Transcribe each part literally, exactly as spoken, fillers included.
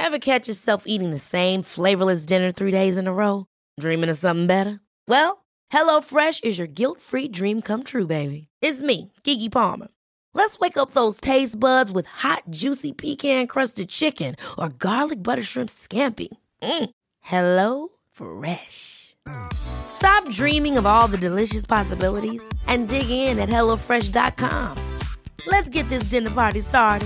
Ever catch yourself eating the same flavorless dinner three days in a row? Dreaming of something better? Well, HelloFresh is your guilt-free dream come true, baby. It's me, Keke Palmer. Let's wake up those taste buds with hot, juicy pecan-crusted chicken or garlic butter shrimp scampi. Mm. Hello Fresh. Stop dreaming of all the delicious possibilities and dig in at hello fresh dot com. Let's get this dinner party started.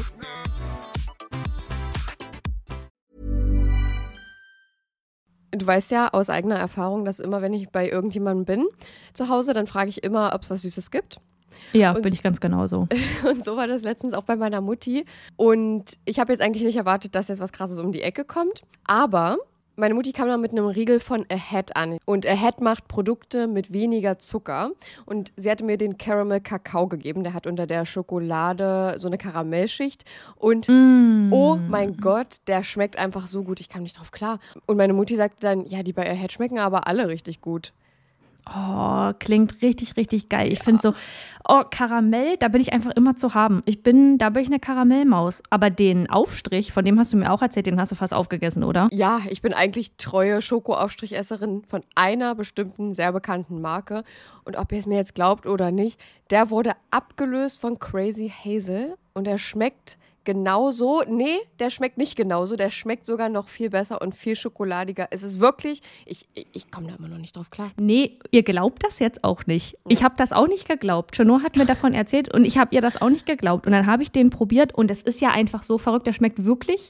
Du weißt ja aus eigener Erfahrung, dass immer, wenn ich bei irgendjemandem bin zu Hause, dann frage ich immer, ob es was Süßes gibt. Ja, und, bin ich ganz genauso. Und so war das letztens auch bei meiner Mutti. Und ich habe jetzt eigentlich nicht erwartet, dass jetzt was Krasses um die Ecke kommt. Aber meine Mutti kam dann mit einem Riegel von Ahead an. Und Ahead macht Produkte mit weniger Zucker. Und sie hatte mir den Caramel Kakao gegeben. Der hat unter der Schokolade so eine Karamellschicht. Und mm. oh mein Gott, der schmeckt einfach so gut. Ich kam nicht drauf klar. Und meine Mutti sagte dann, ja, die bei Ahead schmecken aber alle richtig gut. Oh, klingt richtig, richtig geil. Ich ja. finde so, oh, Karamell, da bin ich einfach immer zu haben. Ich bin, da bin ich eine Karamellmaus. Aber den Aufstrich, von dem hast du mir auch erzählt, den hast du fast aufgegessen, oder? Ja, ich bin eigentlich treue Schokoaufstrichesserin von einer bestimmten, sehr bekannten Marke. Und ob ihr es mir jetzt glaubt oder nicht, der wurde abgelöst von Crazy Hazel und der schmeckt genauso. Nee, der schmeckt nicht genauso. Der schmeckt sogar noch viel besser und viel schokoladiger. Es ist wirklich, ich, ich, ich komme da immer noch nicht drauf klar. Nee, ihr glaubt das jetzt auch nicht. Ich habe das auch nicht geglaubt. Chanot hat mir davon erzählt und ich habe ihr das auch nicht geglaubt. Und dann habe ich den probiert und es ist ja einfach so verrückt. Der schmeckt wirklich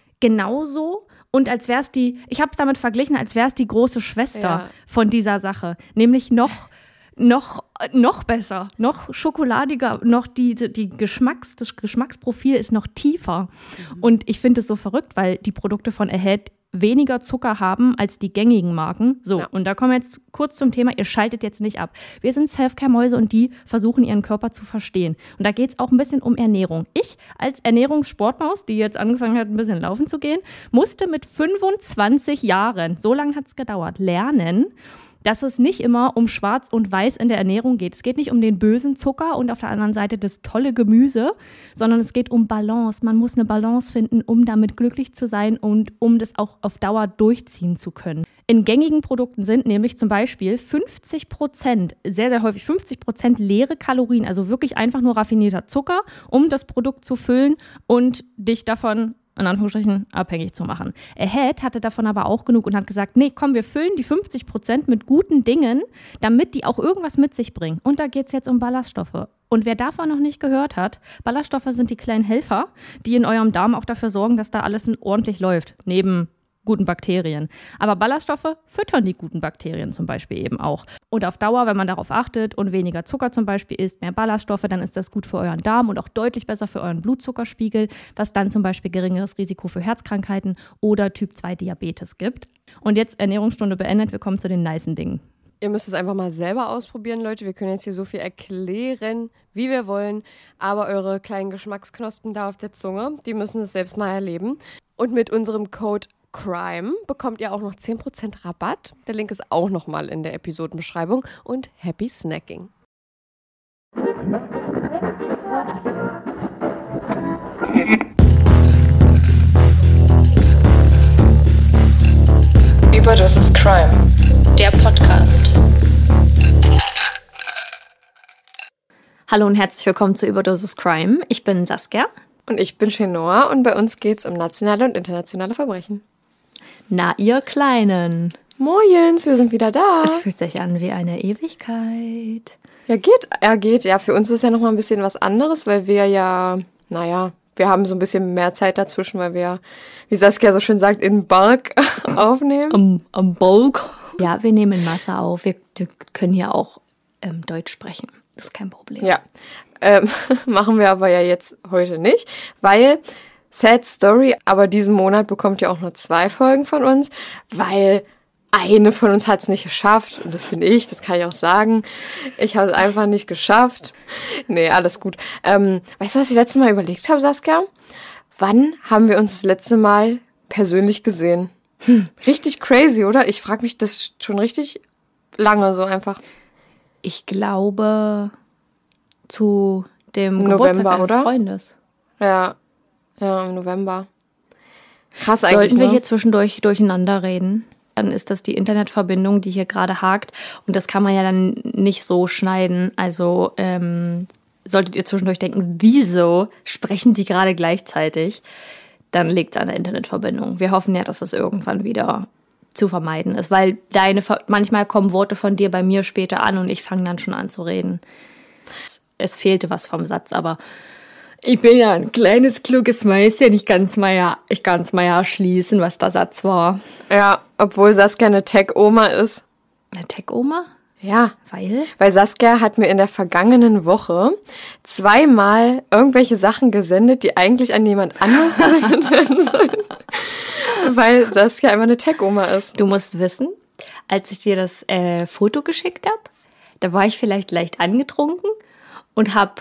genauso. Und als wäre es die, ich habe es damit verglichen, als wäre es die große Schwester ja. von dieser Sache. Nämlich noch Noch, noch besser, noch schokoladiger, noch die, die Geschmacks, das Geschmacksprofil ist noch tiefer. Mhm. Und ich finde es so verrückt, weil die Produkte von Ahead weniger Zucker haben als die gängigen Marken. So, ja. Und da kommen wir jetzt kurz zum Thema, ihr schaltet jetzt nicht ab. Wir sind Selfcare-Mäuse und die versuchen, ihren Körper zu verstehen. Und da geht es auch ein bisschen um Ernährung. Ich als Ernährungssportmaus, die jetzt angefangen hat, ein bisschen laufen zu gehen, musste mit fünfundzwanzig Jahren, so lange hat es gedauert, lernen, dass es nicht immer um Schwarz und Weiß in der Ernährung geht. Es geht nicht um den bösen Zucker und auf der anderen Seite das tolle Gemüse, sondern es geht um Balance. Man muss eine Balance finden, um damit glücklich zu sein und um das auch auf Dauer durchziehen zu können. In gängigen Produkten sind nämlich zum Beispiel fünfzig Prozent, sehr, sehr häufig fünfzig Prozent leere Kalorien, also wirklich einfach nur raffinierter Zucker, um das Produkt zu füllen und dich davon in Anführungsstrichen abhängig zu machen. Ahead hatte davon aber auch genug und hat gesagt, nee, komm, wir füllen die fünfzig Prozent mit guten Dingen, damit die auch irgendwas mit sich bringen. Und da geht es jetzt um Ballaststoffe. Und wer davon noch nicht gehört hat, Ballaststoffe sind die kleinen Helfer, die in eurem Darm auch dafür sorgen, dass da alles ordentlich läuft, neben guten Bakterien. Aber Ballaststoffe füttern die guten Bakterien zum Beispiel eben auch. Und auf Dauer, wenn man darauf achtet und weniger Zucker zum Beispiel isst, mehr Ballaststoffe, dann ist das gut für euren Darm und auch deutlich besser für euren Blutzuckerspiegel, was dann zum Beispiel geringeres Risiko für Herzkrankheiten oder Typ zwei Diabetes gibt. Und jetzt Ernährungsstunde beendet, wir kommen zu den nicen Dingen. Ihr müsst es einfach mal selber ausprobieren, Leute. Wir können jetzt hier so viel erklären, wie wir wollen, aber eure kleinen Geschmacksknospen da auf der Zunge, die müssen es selbst mal erleben. Und mit unserem Code Crime bekommt ihr auch noch zehn Prozent Rabatt. Der Link ist auch nochmal in der Episodenbeschreibung. Und happy snacking. Überdosis Crime, der Podcast. Hallo und herzlich willkommen zu Überdosis Crime. Ich bin Saskia. Und ich bin Chanot und bei uns geht es um nationale und internationale Verbrechen. Na, ihr Kleinen. Moins, wir sind wieder da. Es fühlt sich an wie eine Ewigkeit. Ja, geht, ja, geht. Ja, für uns ist ja nochmal ein bisschen was anderes, weil wir ja, naja, wir haben so ein bisschen mehr Zeit dazwischen, weil wir, wie Saskia so schön sagt, in Bulk aufnehmen. Am, am Bulk? Ja, wir nehmen in Masse auf. Wir, wir können hier auch ähm, Deutsch sprechen. Das ist kein Problem. Ja, ähm, machen wir aber ja jetzt heute nicht, weil... Sad Story, aber diesen Monat bekommt ihr auch nur zwei Folgen von uns, weil eine von uns hat es nicht geschafft und das bin ich, das kann ich auch sagen. Ich habe es einfach nicht geschafft. Nee, alles gut. Ähm, weißt du, was ich letztes Mal überlegt habe, Saskia? Wann haben wir uns das letzte Mal persönlich gesehen? Hm, richtig crazy, oder? Ich frage mich das schon richtig lange so einfach. Ich glaube zu dem November, Geburtstag eines oder? Freundes. Ja. Ja, im November. Krass eigentlich, Sollten wir ne? hier zwischendurch durcheinander reden, dann ist das die Internetverbindung, die hier gerade hakt. Und das kann man ja dann nicht so schneiden. Also ähm, solltet ihr zwischendurch denken, wieso sprechen die gerade gleichzeitig, dann liegt es an der Internetverbindung. Wir hoffen ja, dass das irgendwann wieder zu vermeiden ist. Weil deine manchmal kommen Worte von dir bei mir später an und ich fange dann schon an zu reden. Es fehlte was vom Satz, aber ich bin ja ein kleines, kluges Mäuschen. Ich kann es mal ja, ich kann's mal ja schließen, was der Satz war. Ja, obwohl Saskia eine Tech-Oma ist. Eine Tech-Oma? Ja. Weil? Weil Saskia hat mir in der vergangenen Woche zweimal irgendwelche Sachen gesendet, die eigentlich an jemand anderes gesendet werden sollen. Weil Saskia einfach eine Tech-Oma ist. Du musst wissen, als ich dir das äh, Foto geschickt habe, da war ich vielleicht leicht angetrunken und habe...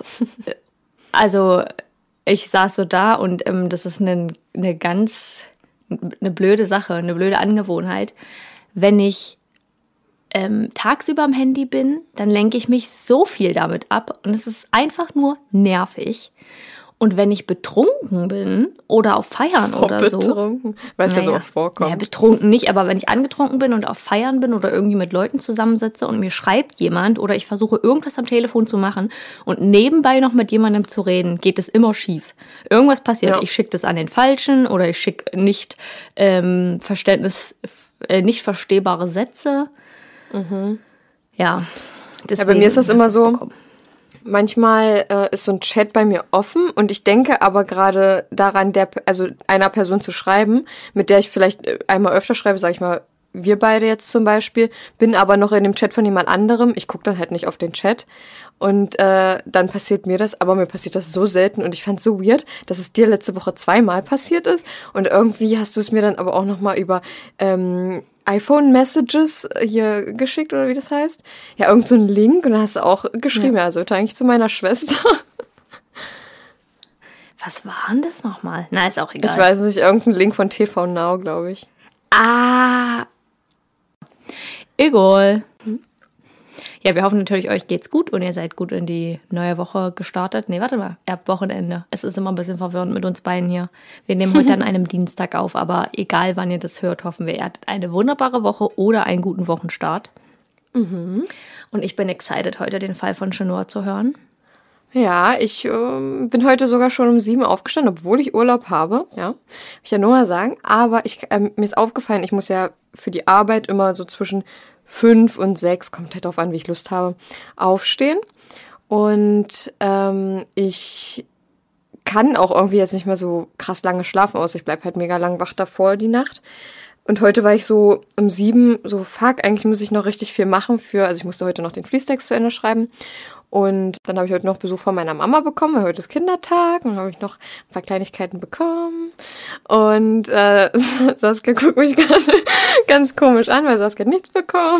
Also ich saß so da und ähm, das ist eine, eine ganz, eine blöde Sache, eine blöde Angewohnheit. Wenn ich ähm, tagsüber am Handy bin, dann lenke ich mich so viel damit ab und es ist einfach nur nervig. Und wenn ich betrunken bin oder auf Feiern Oh, oder so. Betrunken, weil es ja so naja, oft vorkommt. Naja, betrunken nicht, aber wenn ich angetrunken bin und auf Feiern bin oder irgendwie mit Leuten zusammensitze und mir schreibt jemand oder ich versuche irgendwas am Telefon zu machen und nebenbei noch mit jemandem zu reden, geht es immer schief. Irgendwas passiert. Ja. Ich schicke das an den Falschen oder ich schicke nicht ähm, Verständnis, äh, nicht verstehbare Sätze. Mhm. Ja. Ja, bei mir ist das immer so, bekommen. manchmal äh, ist so ein Chat bei mir offen und ich denke aber gerade daran, der, also einer Person zu schreiben, mit der ich vielleicht einmal öfter schreibe, sage ich mal, wir beide jetzt zum Beispiel, bin aber noch in dem Chat von jemand anderem. Ich gucke dann halt nicht auf den Chat und äh, dann passiert mir das, aber mir passiert das so selten und ich fand es so weird, dass es dir letzte Woche zweimal passiert ist und irgendwie hast du es mir dann aber auch nochmal über ähm, iPhone-Messages hier geschickt, oder wie das heißt. Ja, irgend so ein Link und dann hast du auch geschrieben, ja. Also eigentlich zu meiner Schwester. Was war denn das nochmal? Na, ist auch egal. Ich weiß nicht, irgendein Link von T V Now, glaube ich. Ah, egal. Ja, wir hoffen natürlich, euch geht's gut und ihr seid gut in die neue Woche gestartet. Nee, warte mal, ihr habt Wochenende. Es ist immer ein bisschen verwirrend mit uns beiden hier. Wir nehmen heute an einem Dienstag auf, aber egal, wann ihr das hört, hoffen wir, ihr hattet eine wunderbare Woche oder einen guten Wochenstart. Mhm. Und ich bin excited, heute den Fall von Chenor zu hören. Ja, ich äh, bin heute sogar schon um sieben aufgestanden, obwohl ich Urlaub habe. Ja, will ich ja nur mal sagen. Aber ich, äh, mir ist aufgefallen, ich muss ja für die Arbeit immer so zwischen fünf und sechs, kommt halt drauf an, wie ich Lust habe, aufstehen. Und ähm, ich kann auch irgendwie jetzt nicht mehr so krass lange schlafen, außer ich bleib halt mega lang wach davor die Nacht. Und heute war ich so um sieben, so fuck, eigentlich muss ich noch richtig viel machen für, also ich musste heute noch den Fließtext zu Ende schreiben. Und dann habe ich heute noch Besuch von meiner Mama bekommen, weil heute ist Kindertag. Und dann habe ich noch ein paar Kleinigkeiten bekommen. Und äh, Saskia guckt mich gerade ganz komisch an, weil Saskia hat nichts bekommen.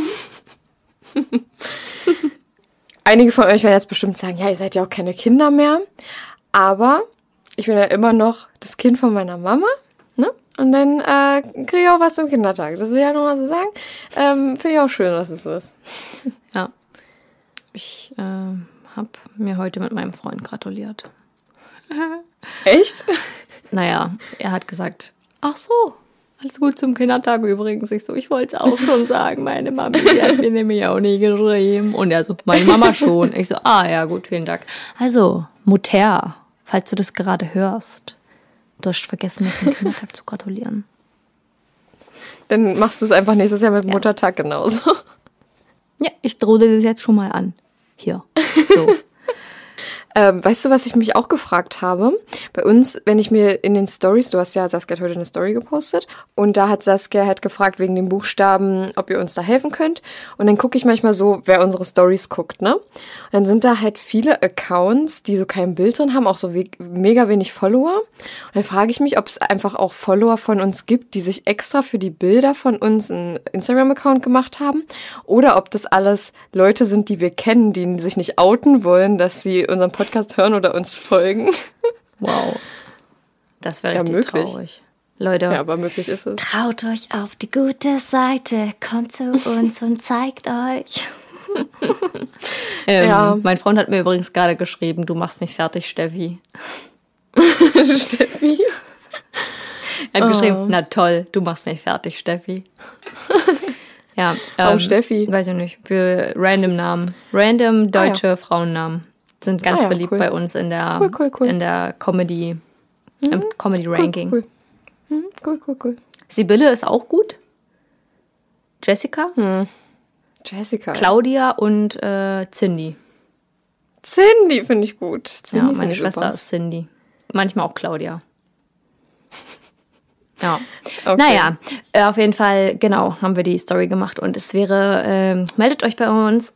Einige von euch werden jetzt bestimmt sagen, ja, ihr seid ja auch keine Kinder mehr. Aber ich bin ja immer noch das Kind von meiner Mama. Ne? Und dann äh, kriege ich auch was zum Kindertag. Das will ich ja nochmal so sagen. Ähm, finde ich auch schön, dass es so ist. Ja. Ich äh, habe mir heute mit meinem Freund gratuliert. Echt? Naja, er hat gesagt, ach so, alles gut zum Kindertag übrigens. Ich so, ich wollte es auch schon sagen, meine Mami, die hat mir nämlich auch nie geschrieben. Und er so, meine Mama schon. Ich so, ah ja, gut, vielen Dank. Also, Mutter, falls du das gerade hörst, du hast vergessen, mir zum Kindertag zu gratulieren. Dann machst du es einfach nächstes Jahr mit Ja. Muttertag genauso. Ja, ich drohe das jetzt schon mal an. Hier. So. Ähm, weißt du, was ich mich auch gefragt habe? Bei uns, wenn ich mir in den Stories, du hast ja, Saskia hat heute eine Story gepostet und da hat Saskia halt gefragt wegen den Buchstaben, ob ihr uns da helfen könnt. Und dann gucke ich manchmal so, wer unsere Stories guckt, ne? Und dann sind da halt viele Accounts, die so kein Bild drin haben, auch so we- mega wenig Follower. Und dann frage ich mich, ob es einfach auch Follower von uns gibt, die sich extra für die Bilder von uns einen Instagram-Account gemacht haben. Oder ob das alles Leute sind, die wir kennen, die sich nicht outen wollen, dass sie unseren Podcast hören oder uns folgen. Wow. Das wäre Ja, richtig möglich. traurig. Leute, Ja, aber möglich ist es. traut euch auf die gute Seite, kommt zu uns und zeigt euch. ähm, Ja. Mein Freund hat mir übrigens gerade geschrieben, du machst mich fertig, Steffi. Steffi. Er hat Oh. geschrieben, na toll, du machst mich fertig, Steffi. Ja, Warum ähm, Steffi? Weiß ich nicht, für random Namen. Random deutsche Ah, ja. Frauennamen sind ganz Ah, ja, beliebt cool. bei uns in der, Cool, cool, cool. In der Comedy, im Comedy-Ranking. Cool, cool. Hm, cool, cool, cool. Sibylle ist auch gut. Jessica, Jessica. Claudia und äh, Cindy. Cindy finde ich gut. Cindy Ja, find meine ich Schwester super. ist Cindy. Manchmal auch Claudia. Ja. Okay. Naja, äh, auf jeden Fall, genau, haben wir die Story gemacht. Und es wäre, ähm, meldet euch bei uns.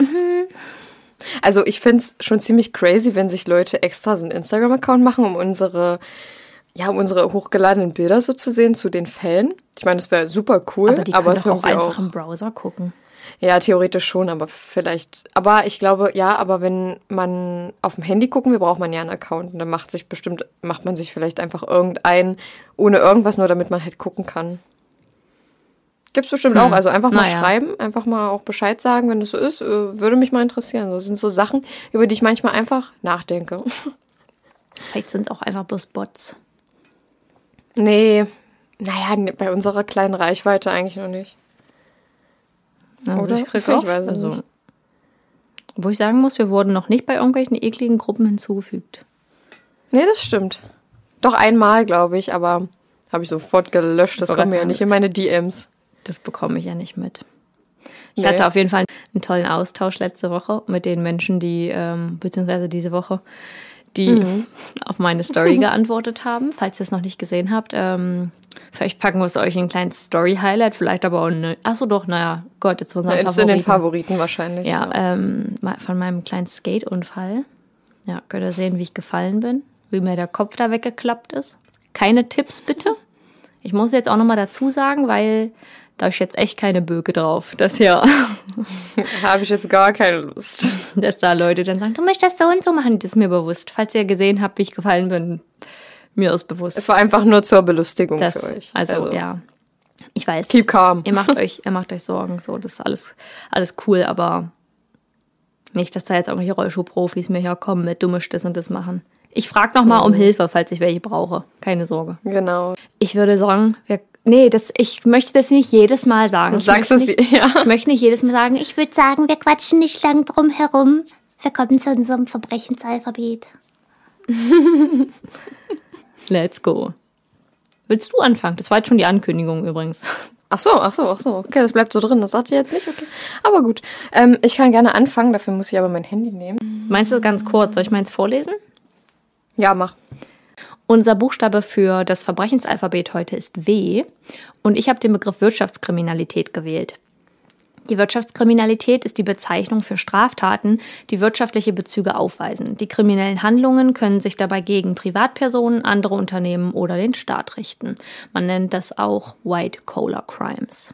Also ich finde es schon ziemlich crazy, wenn sich Leute extra so einen Instagram-Account machen, um unsere, ja, um unsere hochgeladenen Bilder so zu sehen zu den Fällen. Ich meine, das wäre super cool, Aber die aber können es doch auch irgendwie einfach auch, im Browser gucken. ja, theoretisch schon, aber vielleicht, aber ich glaube, ja, aber wenn man auf dem Handy gucken will, braucht man ja einen Account und dann macht sich bestimmt, macht man sich vielleicht einfach irgendeinen ohne irgendwas, nur damit man halt gucken kann. Gibt's bestimmt auch, also einfach mal Naja. schreiben, einfach mal auch Bescheid sagen, wenn das so ist, äh, würde mich mal interessieren. Das sind so Sachen, über die ich manchmal einfach nachdenke. Vielleicht sind es auch einfach bloß Bots. Nee, naja, nee, bei unserer kleinen Reichweite eigentlich noch nicht. Also Oder? ich krieg Ich auch, weiß es also, nicht. Wo ich sagen muss, wir wurden noch nicht bei irgendwelchen ekligen Gruppen hinzugefügt. Nee, das stimmt. Doch einmal, glaube ich, aber habe ich sofort gelöscht. Das Ich wollte kommt mir ja gerade nicht sagen, in meine D Ms. Das bekomme ich ja nicht mit. Ich Nee. hatte auf jeden Fall einen tollen Austausch letzte Woche mit den Menschen, die, ähm, beziehungsweise diese Woche, die Mhm. auf meine Story geantwortet haben. Falls ihr es noch nicht gesehen habt, ähm, vielleicht packen wir es euch in ein kleines Story-Highlight, vielleicht aber auch eine. Achso, doch, naja, Gott, jetzt unseren Ja, ist in den Favoriten wahrscheinlich. Ja, ähm, ma- von meinem kleinen Skate-Unfall. Ja, könnt ihr sehen, wie ich gefallen bin, wie mir der Kopf da weggeklappt ist. Keine Tipps bitte. Ich muss jetzt auch nochmal dazu sagen, weil da ist jetzt echt keine Böke drauf, dass ja, Habe ich jetzt gar keine Lust. dass da Leute dann sagen, du möchtest das so und so machen. Das ist mir bewusst. Falls ihr gesehen habt, wie ich gefallen bin, mir ist bewusst. Es war einfach nur zur Belustigung das, für euch. also, ja, ich weiß. Keep calm. Ihr macht euch, ihr macht euch Sorgen, so, das ist alles, alles cool, aber nicht, dass da jetzt irgendwelche Rollschuhprofis mir hier kommen mit, du musst das und das machen. Ich frage nochmal um Hilfe, falls ich welche brauche. Keine Sorge. Genau. Ich würde sagen, wir, nee, das, ich möchte das nicht jedes Mal sagen. Du Ich sagst möchte es, nicht, ja. Ich möchte nicht jedes Mal sagen, ich Ich würde sagen, wir quatschen nicht lang drum herum. Wir kommen zu unserem Verbrechensalphabet. let's go. Willst du anfangen? Das war jetzt schon die Ankündigung übrigens. Ach so, ach so, ach so. Okay, das bleibt so drin. Das sagt ihr jetzt nicht, okay. Aber gut. Ähm, ich kann gerne anfangen, dafür muss ich aber mein Handy nehmen. Meinst du ganz kurz? Soll ich meins vorlesen? Ja, mach. Unser Buchstabe für das Verbrechensalphabet heute ist W und ich habe den Begriff Wirtschaftskriminalität gewählt. Die Wirtschaftskriminalität ist die Bezeichnung für Straftaten, die wirtschaftliche Bezüge aufweisen. Die kriminellen Handlungen können sich dabei gegen Privatpersonen, andere Unternehmen oder den Staat richten. Man nennt das auch White-Collar-Crimes.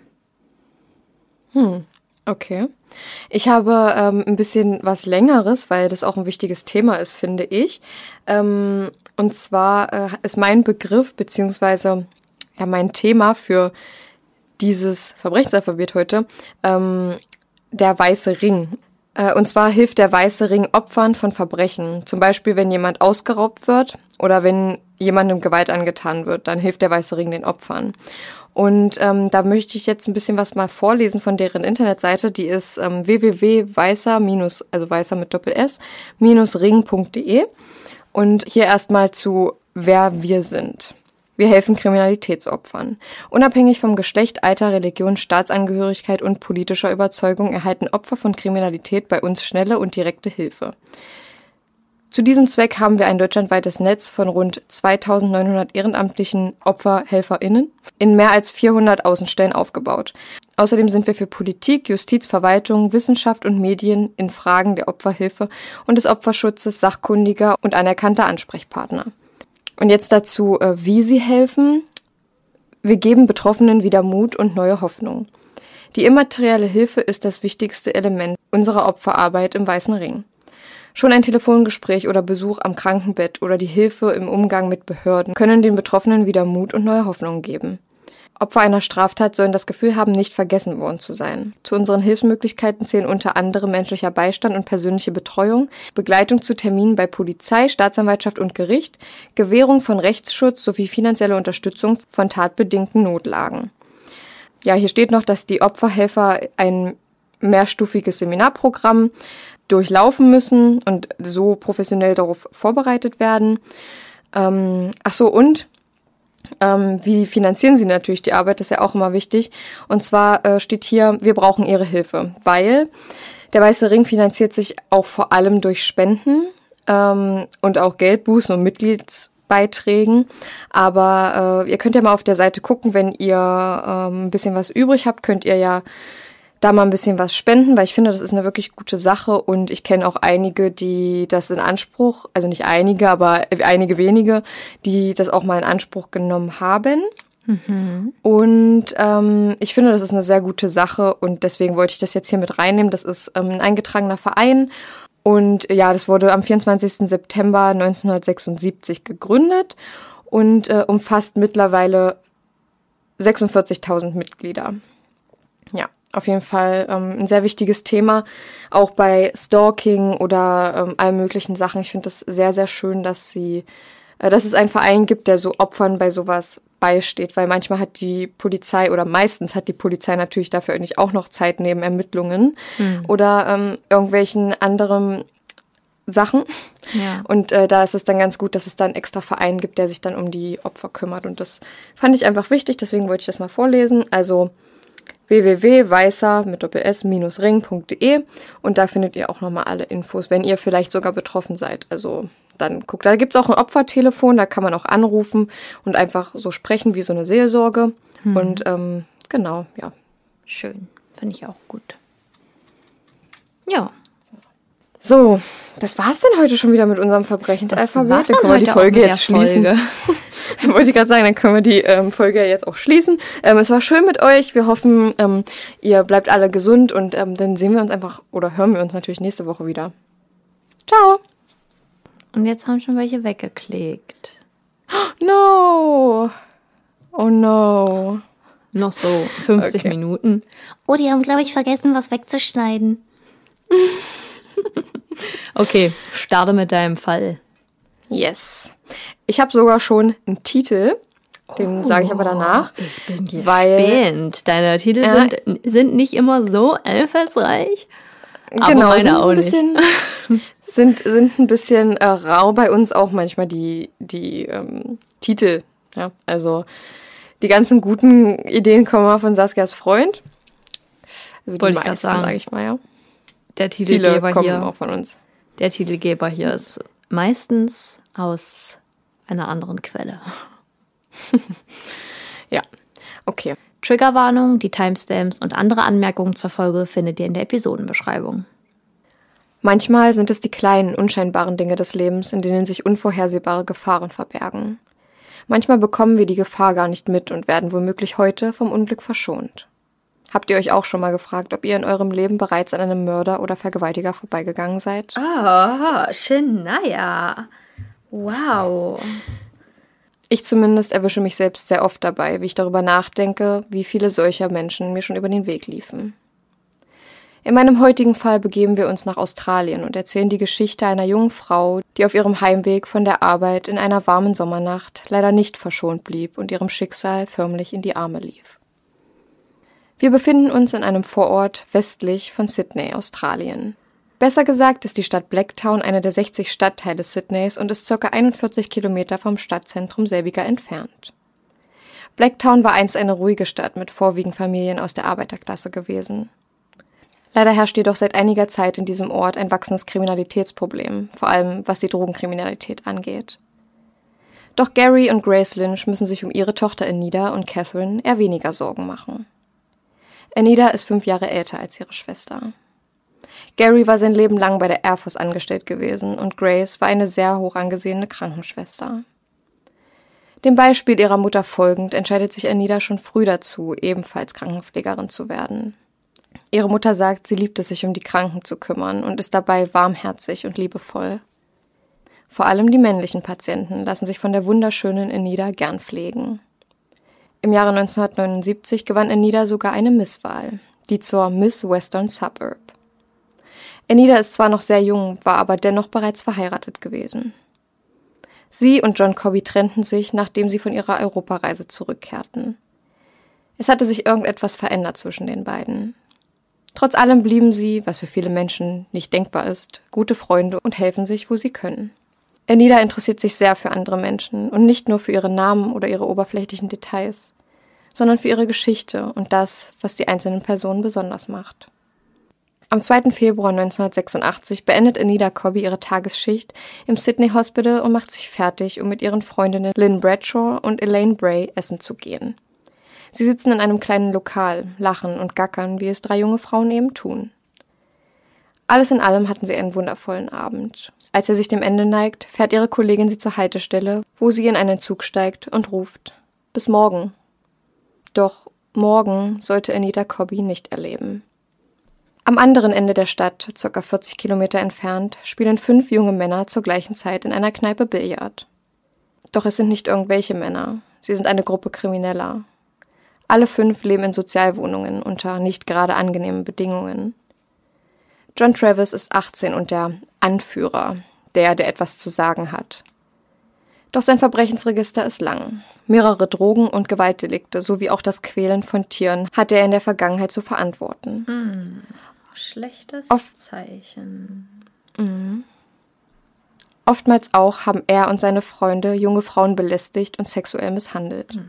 Okay. Ich habe ähm, ein bisschen was Längeres, weil das auch ein wichtiges Thema ist, finde ich. Ähm, und zwar äh, ist mein Begriff beziehungsweise ja mein Thema für dieses Verbrechensalphabet heute ähm, der weiße Ring. Äh, und zwar hilft der weiße Ring Opfern von Verbrechen. Zum Beispiel, wenn jemand ausgeraubt wird oder wenn jemandem Gewalt angetan wird, dann hilft der weiße Ring den Opfern. Und ähm, da möchte ich jetzt ein bisschen was mal vorlesen von deren Internetseite. Die ist ähm, w w w punkt weißer minus, also weißer mit Doppel-S, minus ring punkt de. Und hier erstmal zu, wer wir sind. Wir helfen Kriminalitätsopfern. Unabhängig vom Geschlecht, Alter, Religion, Staatsangehörigkeit und politischer Überzeugung erhalten Opfer von Kriminalität bei uns schnelle und direkte Hilfe. Zu diesem Zweck haben wir ein deutschlandweites Netz von rund zweitausendneunhundert ehrenamtlichen OpferhelferInnen in mehr als vierhundert Außenstellen aufgebaut. Außerdem sind wir für Politik, Justiz, Verwaltung, Wissenschaft und Medien in Fragen der Opferhilfe und des Opferschutzes sachkundiger und anerkannter Ansprechpartner. Und jetzt dazu, wie sie helfen. Wir geben Betroffenen wieder Mut und neue Hoffnung. Die immaterielle Hilfe ist das wichtigste Element unserer Opferarbeit im Weißen Ring. Schon ein Telefongespräch oder Besuch am Krankenbett oder die Hilfe im Umgang mit Behörden können den Betroffenen wieder Mut und neue Hoffnung geben. Opfer einer Straftat sollen das Gefühl haben, nicht vergessen worden zu sein. Zu unseren Hilfsmöglichkeiten zählen unter anderem menschlicher Beistand und persönliche Betreuung, Begleitung zu Terminen bei Polizei, Staatsanwaltschaft und Gericht, Gewährung von Rechtsschutz sowie finanzielle Unterstützung von tatbedingten Notlagen. Ja, hier steht noch, dass die Opferhelfer ein mehrstufiges Seminarprogramm durchlaufen müssen und so professionell darauf vorbereitet werden. Ähm, ach so, und Ähm, wie finanzieren sie natürlich die Arbeit, das ist ja auch immer wichtig. Und zwar äh, steht hier, wir brauchen ihre Hilfe, weil der Weiße Ring finanziert sich auch vor allem durch Spenden ähm, und auch Geldbußen und Mitgliedsbeiträgen. Aber äh, ihr könnt ja mal auf der Seite gucken, wenn ihr ähm, ein bisschen was übrig habt, könnt ihr ja da mal ein bisschen was spenden, weil ich finde, das ist eine wirklich gute Sache und ich kenne auch einige, die das in Anspruch, also nicht einige, aber einige wenige, die das auch mal in Anspruch genommen haben. Mhm. Und ähm, ich finde, das ist eine sehr gute Sache und deswegen wollte ich das jetzt hier mit reinnehmen. Das ist ähm, ein eingetragener Verein und ja, das wurde am vierundzwanzigsten September neunzehnhundertsechsundsiebzig gegründet und äh, umfasst mittlerweile sechsundvierzigtausend Mitglieder. Ja. Auf jeden Fall ähm, ein sehr wichtiges Thema, auch bei Stalking oder ähm, allen möglichen Sachen. Ich finde das sehr, sehr schön, dass sie, äh, dass es einen Verein gibt, der so Opfern bei sowas beisteht, weil manchmal hat die Polizei oder meistens hat die Polizei natürlich dafür nicht auch noch Zeit neben Ermittlungen hm. oder ähm, irgendwelchen anderen Sachen. Ja. Und äh, da ist es dann ganz gut, dass es da einen extra Verein gibt, der sich dann um die Opfer kümmert. Und das fand ich einfach wichtig, deswegen wollte ich das mal vorlesen. Also w w w punkt weißer mit doppel-s minus ring punkt de und da findet ihr auch nochmal alle Infos, wenn ihr vielleicht sogar betroffen seid. Also dann guckt, da gibt es auch ein Opfertelefon, da kann man auch anrufen und einfach so sprechen wie so eine Seelsorge. Hm. Und ähm, genau, ja. Schön, finde ich auch gut. Ja. So, das war's denn heute schon wieder mit unserem Verbrechensalphabet. Dann können wir die Folge jetzt schließen. Folge. Wollte ich gerade sagen, dann können wir die ähm, Folge jetzt auch schließen. Ähm, es war schön mit euch. Wir hoffen, ähm, ihr bleibt alle gesund und ähm, dann sehen wir uns einfach oder hören wir uns natürlich nächste Woche wieder. Ciao. Und jetzt haben schon welche weggeklickt. No. Oh no. Noch so fünfzig okay. Minuten. Oh, die haben, glaube ich, vergessen, was wegzuschneiden. Okay, starte mit deinem Fall. Yes. Ich habe sogar schon einen Titel, den oh, sage ich aber danach. Ich bin gespannt. Weil, Deine Titel äh, sind, sind nicht immer so einfallsreich, aber genau, meine sind auch ein bisschen, nicht. Sind, sind ein bisschen äh, rau bei uns auch manchmal die, die ähm, Titel. Ja, also die ganzen guten Ideen kommen mal von Saskias Freund. Also die meisten, sage ich mal, ja. Der Titelgeber Viele kommen hier, auch von uns. Der Titelgeber hier ist meistens aus einer anderen Quelle. Ja, okay. Triggerwarnung, die Timestamps und andere Anmerkungen zur Folge findet ihr in der Episodenbeschreibung. Manchmal sind es die kleinen, unscheinbaren Dinge des Lebens, in denen sich unvorhersehbare Gefahren verbergen. Manchmal bekommen wir die Gefahr gar nicht mit und werden womöglich heute vom Unglück verschont. Habt ihr euch auch schon mal gefragt, ob ihr in eurem Leben bereits an einem Mörder oder Vergewaltiger vorbeigegangen seid? Ah, oh, Shania. Wow. Ich zumindest erwische mich selbst sehr oft dabei, wie ich darüber nachdenke, wie viele solcher Menschen mir schon über den Weg liefen. In meinem heutigen Fall begeben wir uns nach Australien und erzählen die Geschichte einer jungen Frau, die auf ihrem Heimweg von der Arbeit in einer warmen Sommernacht leider nicht verschont blieb und ihrem Schicksal förmlich in die Arme lief. Wir befinden uns in einem Vorort westlich von Sydney, Australien. Besser gesagt ist die Stadt Blacktown einer der sechzig Stadtteile Sydneys und ist ca. einundvierzig Kilometer vom Stadtzentrum selbiger entfernt. Blacktown war einst eine ruhige Stadt mit vorwiegend Familien aus der Arbeiterklasse gewesen. Leider herrscht jedoch seit einiger Zeit in diesem Ort ein wachsendes Kriminalitätsproblem, vor allem was die Drogenkriminalität angeht. Doch Gary und Grace Lynch müssen sich um ihre Tochter Anita und Catherine eher weniger Sorgen machen. Anita ist fünf Jahre älter als ihre Schwester. Gary war sein Leben lang bei der Air Force angestellt gewesen und Grace war eine sehr hoch angesehene Krankenschwester. Dem Beispiel ihrer Mutter folgend entscheidet sich Anita schon früh dazu, ebenfalls Krankenpflegerin zu werden. Ihre Mutter sagt, sie liebt es, sich um die Kranken zu kümmern und ist dabei warmherzig und liebevoll. Vor allem die männlichen Patienten lassen sich von der wunderschönen Anita gern pflegen. Im Jahre neunzehnhundertneunundsiebzig gewann Anita sogar eine Misswahl, die zur Miss Western Suburb. Anita ist zwar noch sehr jung, war aber dennoch bereits verheiratet gewesen. Sie und John Cobi trennten sich, nachdem sie von ihrer Europareise zurückkehrten. Es hatte sich irgendetwas verändert zwischen den beiden. Trotz allem blieben sie, was für viele Menschen nicht denkbar ist, gute Freunde und helfen sich, wo sie können. Anita interessiert sich sehr für andere Menschen und nicht nur für ihre Namen oder ihre oberflächlichen Details, sondern für ihre Geschichte und das, was die einzelnen Personen besonders macht. Am zweiten Februar neunzehnhundertsechsundachtzig beendet Anita Cobi ihre Tagesschicht im Sydney Hospital und macht sich fertig, um mit ihren Freundinnen Lynn Bradshaw und Elaine Bray essen zu gehen. Sie sitzen in einem kleinen Lokal, lachen und gackern, wie es drei junge Frauen eben tun. Alles in allem hatten sie einen wundervollen Abend. Als er sich dem Ende neigt, fährt ihre Kollegin sie zur Haltestelle, wo sie in einen Zug steigt und ruft: Bis morgen. Doch morgen sollte Anita Cobi nicht erleben. Am anderen Ende der Stadt, ca. vierzig Kilometer entfernt, spielen fünf junge Männer zur gleichen Zeit in einer Kneipe Billard. Doch es sind nicht irgendwelche Männer, sie sind eine Gruppe Krimineller. Alle fünf leben in Sozialwohnungen unter nicht gerade angenehmen Bedingungen. John Travis ist achtzehn und der Anführer, der, der etwas zu sagen hat. Doch sein Verbrechensregister ist lang. Mehrere Drogen- und Gewaltdelikte sowie auch das Quälen von Tieren hat er in der Vergangenheit zu verantworten. Hm. Schlechtes Oft- Zeichen. Mhm. Oftmals auch haben er und seine Freunde junge Frauen belästigt und sexuell misshandelt. Hm.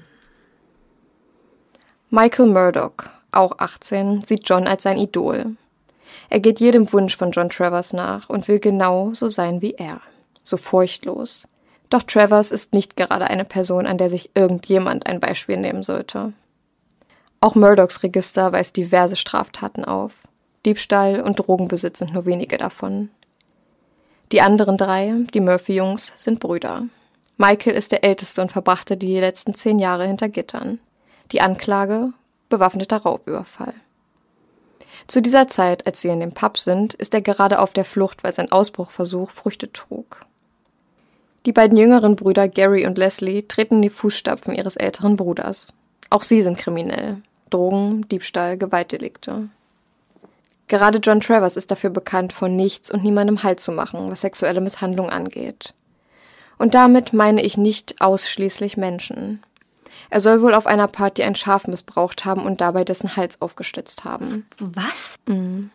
Michael Murdoch, auch achtzehn, sieht John als sein Idol. Er geht jedem Wunsch von John Travers nach und will genau so sein wie er, so furchtlos. Doch Travers ist nicht gerade eine Person, an der sich irgendjemand ein Beispiel nehmen sollte. Auch Murdochs Register weist diverse Straftaten auf. Diebstahl und Drogenbesitz sind nur wenige davon. Die anderen drei, die Murphy-Jungs, sind Brüder. Michael ist der Älteste und verbrachte die letzten zehn Jahre hinter Gittern. Die Anklage: bewaffneter Raubüberfall. Zu dieser Zeit, als sie in dem Pub sind, ist er gerade auf der Flucht, weil sein Ausbruchversuch Früchte trug. Die beiden jüngeren Brüder Gary und Leslie treten in die Fußstapfen ihres älteren Bruders. Auch sie sind kriminell. Drogen, Diebstahl, Gewaltdelikte. Gerade John Travers ist dafür bekannt, von nichts und niemandem Halt zu machen, was sexuelle Misshandlung angeht. Und damit meine ich nicht ausschließlich Menschen. Er soll wohl auf einer Party ein Schaf missbraucht haben und dabei dessen Hals aufgeschlitzt haben. Was? Mhm.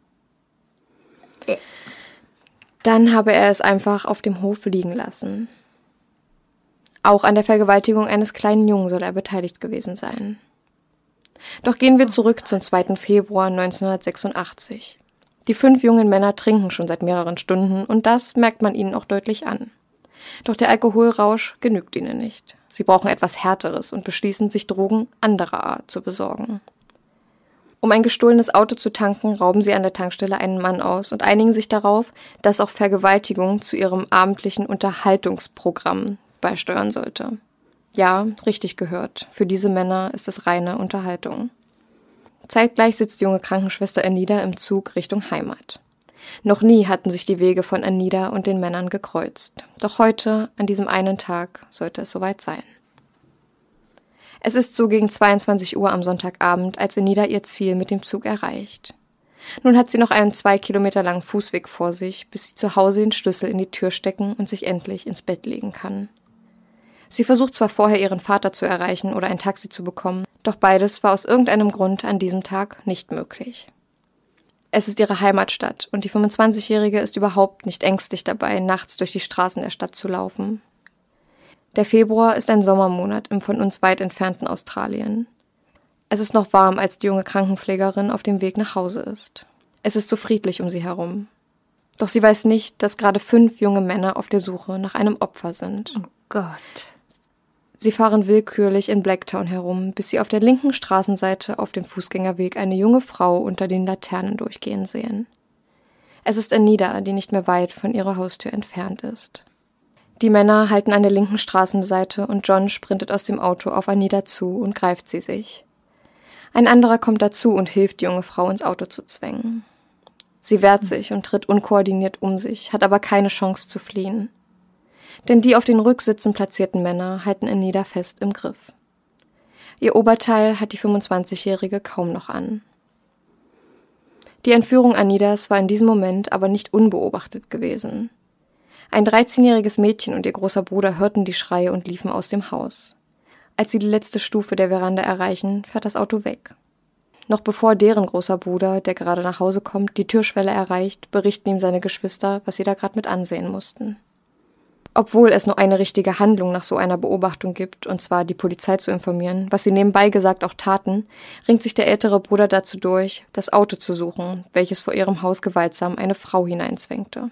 Dann habe er es einfach auf dem Hof liegen lassen. Auch an der Vergewaltigung eines kleinen Jungen soll er beteiligt gewesen sein. Doch gehen wir zurück zum zweiten Februar neunzehnhundertsechsundachtzig. Die fünf jungen Männer trinken schon seit mehreren Stunden und das merkt man ihnen auch deutlich an. Doch der Alkoholrausch genügt ihnen nicht. Sie brauchen etwas Härteres und beschließen, sich Drogen anderer Art zu besorgen. Um ein gestohlenes Auto zu tanken, rauben sie an der Tankstelle einen Mann aus und einigen sich darauf, dass auch Vergewaltigung zu ihrem abendlichen Unterhaltungsprogramm beisteuern sollte. Ja, richtig gehört. Für diese Männer ist es reine Unterhaltung. Zeitgleich sitzt die junge Krankenschwester Anita im Zug Richtung Heimat. Noch nie hatten sich die Wege von Anita und den Männern gekreuzt. Doch heute, an diesem einen Tag, sollte es soweit sein. Es ist so gegen zweiundzwanzig Uhr am Sonntagabend, als Anita ihr Ziel mit dem Zug erreicht. Nun hat sie noch einen zwei Kilometer langen Fußweg vor sich, bis sie zu Hause den Schlüssel in die Tür stecken und sich endlich ins Bett legen kann. Sie versucht zwar vorher, ihren Vater zu erreichen oder ein Taxi zu bekommen, doch beides war aus irgendeinem Grund an diesem Tag nicht möglich. Es ist ihre Heimatstadt und die fünfundzwanzigjährige ist überhaupt nicht ängstlich dabei, nachts durch die Straßen der Stadt zu laufen. Der Februar ist ein Sommermonat im von uns weit entfernten Australien. Es ist noch warm, als die junge Krankenpflegerin auf dem Weg nach Hause ist. Es ist so friedlich um sie herum. Doch sie weiß nicht, dass gerade fünf junge Männer auf der Suche nach einem Opfer sind. Oh Gott. Sie fahren willkürlich in Blacktown herum, bis sie auf der linken Straßenseite auf dem Fußgängerweg eine junge Frau unter den Laternen durchgehen sehen. Es ist Anita, die nicht mehr weit von ihrer Haustür entfernt ist. Die Männer halten an der linken Straßenseite und John sprintet aus dem Auto auf Anita zu und greift sie sich. Ein anderer kommt dazu und hilft, die junge Frau ins Auto zu zwängen. Sie wehrt sich und tritt unkoordiniert um sich, hat aber keine Chance zu fliehen. Denn die auf den Rücksitzen platzierten Männer halten Anita fest im Griff. Ihr Oberteil hat die fünfundzwanzigjährige kaum noch an. Die Entführung Anidas war in diesem Moment aber nicht unbeobachtet gewesen. Ein dreizehnjähriges Mädchen und ihr großer Bruder hörten die Schreie und liefen aus dem Haus. Als sie die letzte Stufe der Veranda erreichen, fährt das Auto weg. Noch bevor deren großer Bruder, der gerade nach Hause kommt, die Türschwelle erreicht, berichten ihm seine Geschwister, was sie da gerade mit ansehen mussten. Obwohl es nur eine richtige Handlung nach so einer Beobachtung gibt, und zwar die Polizei zu informieren, was sie nebenbei gesagt auch taten, ringt sich der ältere Bruder dazu durch, das Auto zu suchen, welches vor ihrem Haus gewaltsam eine Frau hineinzwängte.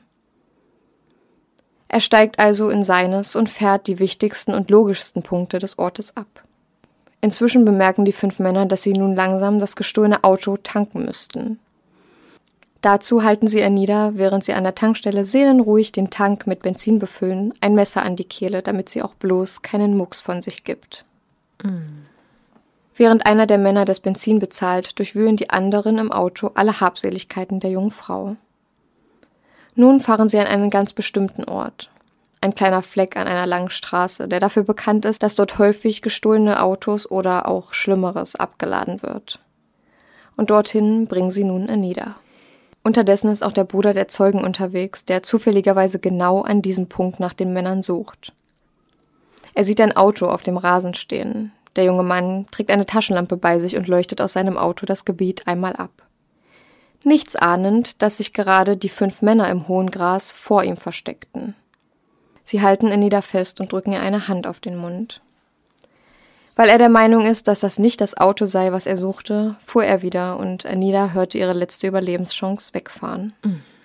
Er steigt also in seines und fährt die wichtigsten und logischsten Punkte des Ortes ab. Inzwischen bemerken die fünf Männer, dass sie nun langsam das gestohlene Auto tanken müssten. Dazu halten sie ihr nieder, während sie an der Tankstelle seelenruhig den Tank mit Benzin befüllen, ein Messer an die Kehle, damit sie auch bloß keinen Mucks von sich gibt. Mm. Während einer der Männer das Benzin bezahlt, durchwühlen die anderen im Auto alle Habseligkeiten der jungen Frau. Nun fahren sie an einen ganz bestimmten Ort. Ein kleiner Fleck an einer langen Straße, der dafür bekannt ist, dass dort häufig gestohlene Autos oder auch Schlimmeres abgeladen wird. Und dorthin bringen sie nun Anita. Unterdessen ist auch der Bruder der Zeugen unterwegs, der zufälligerweise genau an diesem Punkt nach den Männern sucht. Er sieht ein Auto auf dem Rasen stehen. Der junge Mann trägt eine Taschenlampe bei sich und leuchtet aus seinem Auto das Gebiet einmal ab. Nichts ahnend, dass sich gerade die fünf Männer im hohen Gras vor ihm versteckten. Sie halten Anita fest und drücken ihr eine Hand auf den Mund. Weil er der Meinung ist, dass das nicht das Auto sei, was er suchte, fuhr er wieder und Anita hörte ihre letzte Überlebenschance wegfahren.